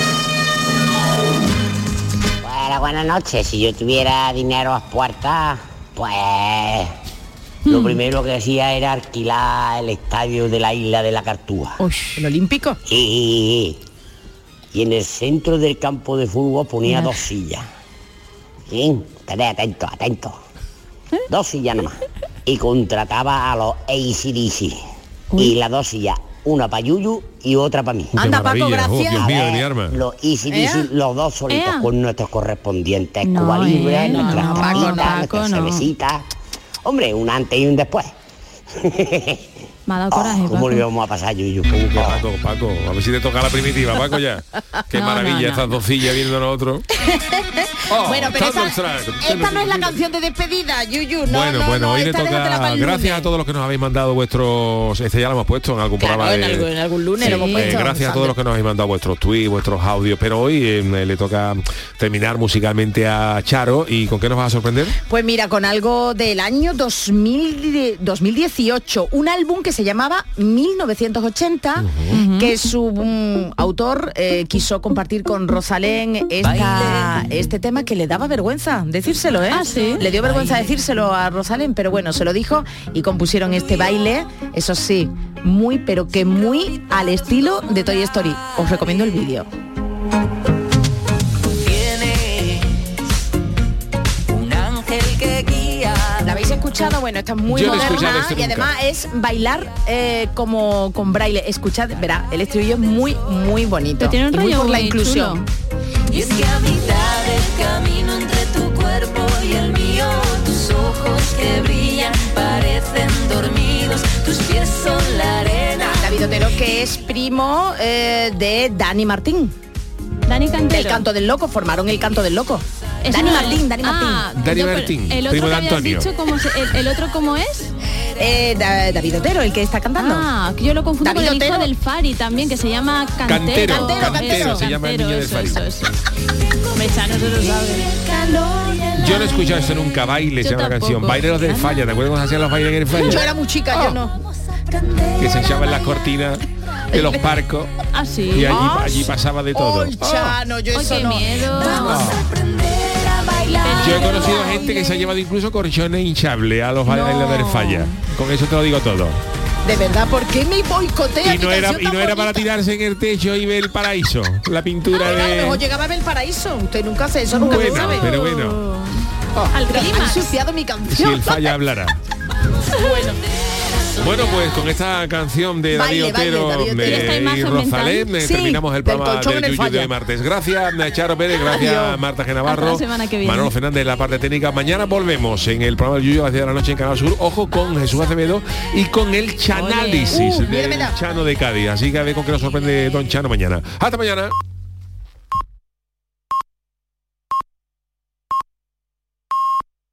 Bueno, buenas noches. Si yo tuviera dinero a puertas, pues lo primero que hacía era alquilar el estadio de la isla de la Cartúa. ¿El Olímpico? Y en el centro del campo de fútbol ponía 2 sillas. ¿Sí? Estaré atento. 2 sillas nomás. Y contrataba a los AC/DC. Y las 2 sillas, una para Yuyu y otra para mí. Qué Anda, Paco, maravilla. gracias. Dios A mío de ver, mi arma. los AC/DC, los dos solitos, Ea. con nuestros correspondientes No, Cuba Libre, no, nuestras no, tapitas, Paco, nuestras no. cervecitas. Hombre, un antes y un después. Me ha dado coraje, ¿Cómo Paco. le íbamos a pasar, Yuyu? Paco, a ver si te toca la primitiva, Paco, ya. Qué No, maravilla, no. estas 2 sillas viendo a nosotros. Bueno, pero esta Thunderstruck. no es la canción de despedida, Yuyu. No, Bueno, hoy le esta déjatela para toca. el Gracias lunes. a todos los que nos habéis mandado vuestros. Este ya lo hemos puesto en algún Claro, programa. en algún lunes lo hemos puesto. Gracias a todos los que nos habéis mandado vuestros tweets, vuestros audios. Pero hoy le toca terminar musicalmente a Charo. ¿Y con qué nos vas a sorprender? Pues mira, con algo del año 2018, un álbum que se llamaba 1980, que su autor quiso compartir con Rosalén este tema que le daba vergüenza decírselo, ¿eh? Ah, ¿sí? Le dio vergüenza decírselo a Rosalén, pero bueno, se lo dijo y compusieron este baile, eso sí, muy, pero que muy al estilo de Toy Story. Os recomiendo el vídeo. Un ángel que guía. ¿La habéis escuchado? Bueno, esta es muy Yo no he moderna escuchado esto y nunca. además es bailar como con braille. Escuchad, verá, el estribillo es muy, muy bonito. Pero tiene un y muy rollo por la muy inclusión. chulo. Y es que a mitad del camino entre tu cuerpo y el mío, tú ojos que brillan parecen dormidos, tus pies son la arena. David Otero, que es primo de Dani Martín. Dani Cantero. Del Canto del Loco, formaron el Canto del Loco. Dani Martín. Dani Martín, el otro primo de que habías Antonio. dicho, ¿el otro cómo es? David Otero, el que está cantando. Ah, que yo lo confundo David con el hijo Otero. del Fari también, que se llama Cantero. Cantero, se llama el niño del Fari. Eso. Mechano se lo sabe. Yo no he escuchado eso nunca, Baile, se llama la canción. Baileros del Falla, ¿te acuerdas cómo se hacían los bailes en el Falla? Yo era muy chica, yo no. Que se echaban las cortinas de los barcos. Ah, sí. Y allí pasaba de todo. Chano, yo eso qué no. miedo. Yo he conocido gente que se ha llevado incluso colchones hinchables a los bailes del Falla. Con eso te lo digo todo. De verdad, ¿por qué me boicotea? Y no era para tirarse en el techo y ver el paraíso. La pintura A lo de... mejor llegaba a ver el paraíso. Usted nunca hace eso, nunca lo sabe. Pero bueno. Al clima. Ha ensuciado mi Si canción. el Falla hablará. Bueno, pues con esta canción de David Otero y Rosalén terminamos el programa del Yuyu de hoy martes. Gracias Charo Pérez, gracias Marta G. Navarro, Manolo Fernández en la parte técnica. Mañana volvemos en el programa del Yuyu a las 10 de la noche en Canal Sur. Ojo con Jesús Acevedo y con el Chanálisis del Chano de Cádiz. Así que a ver con qué nos sorprende Don Chano mañana. Hasta mañana.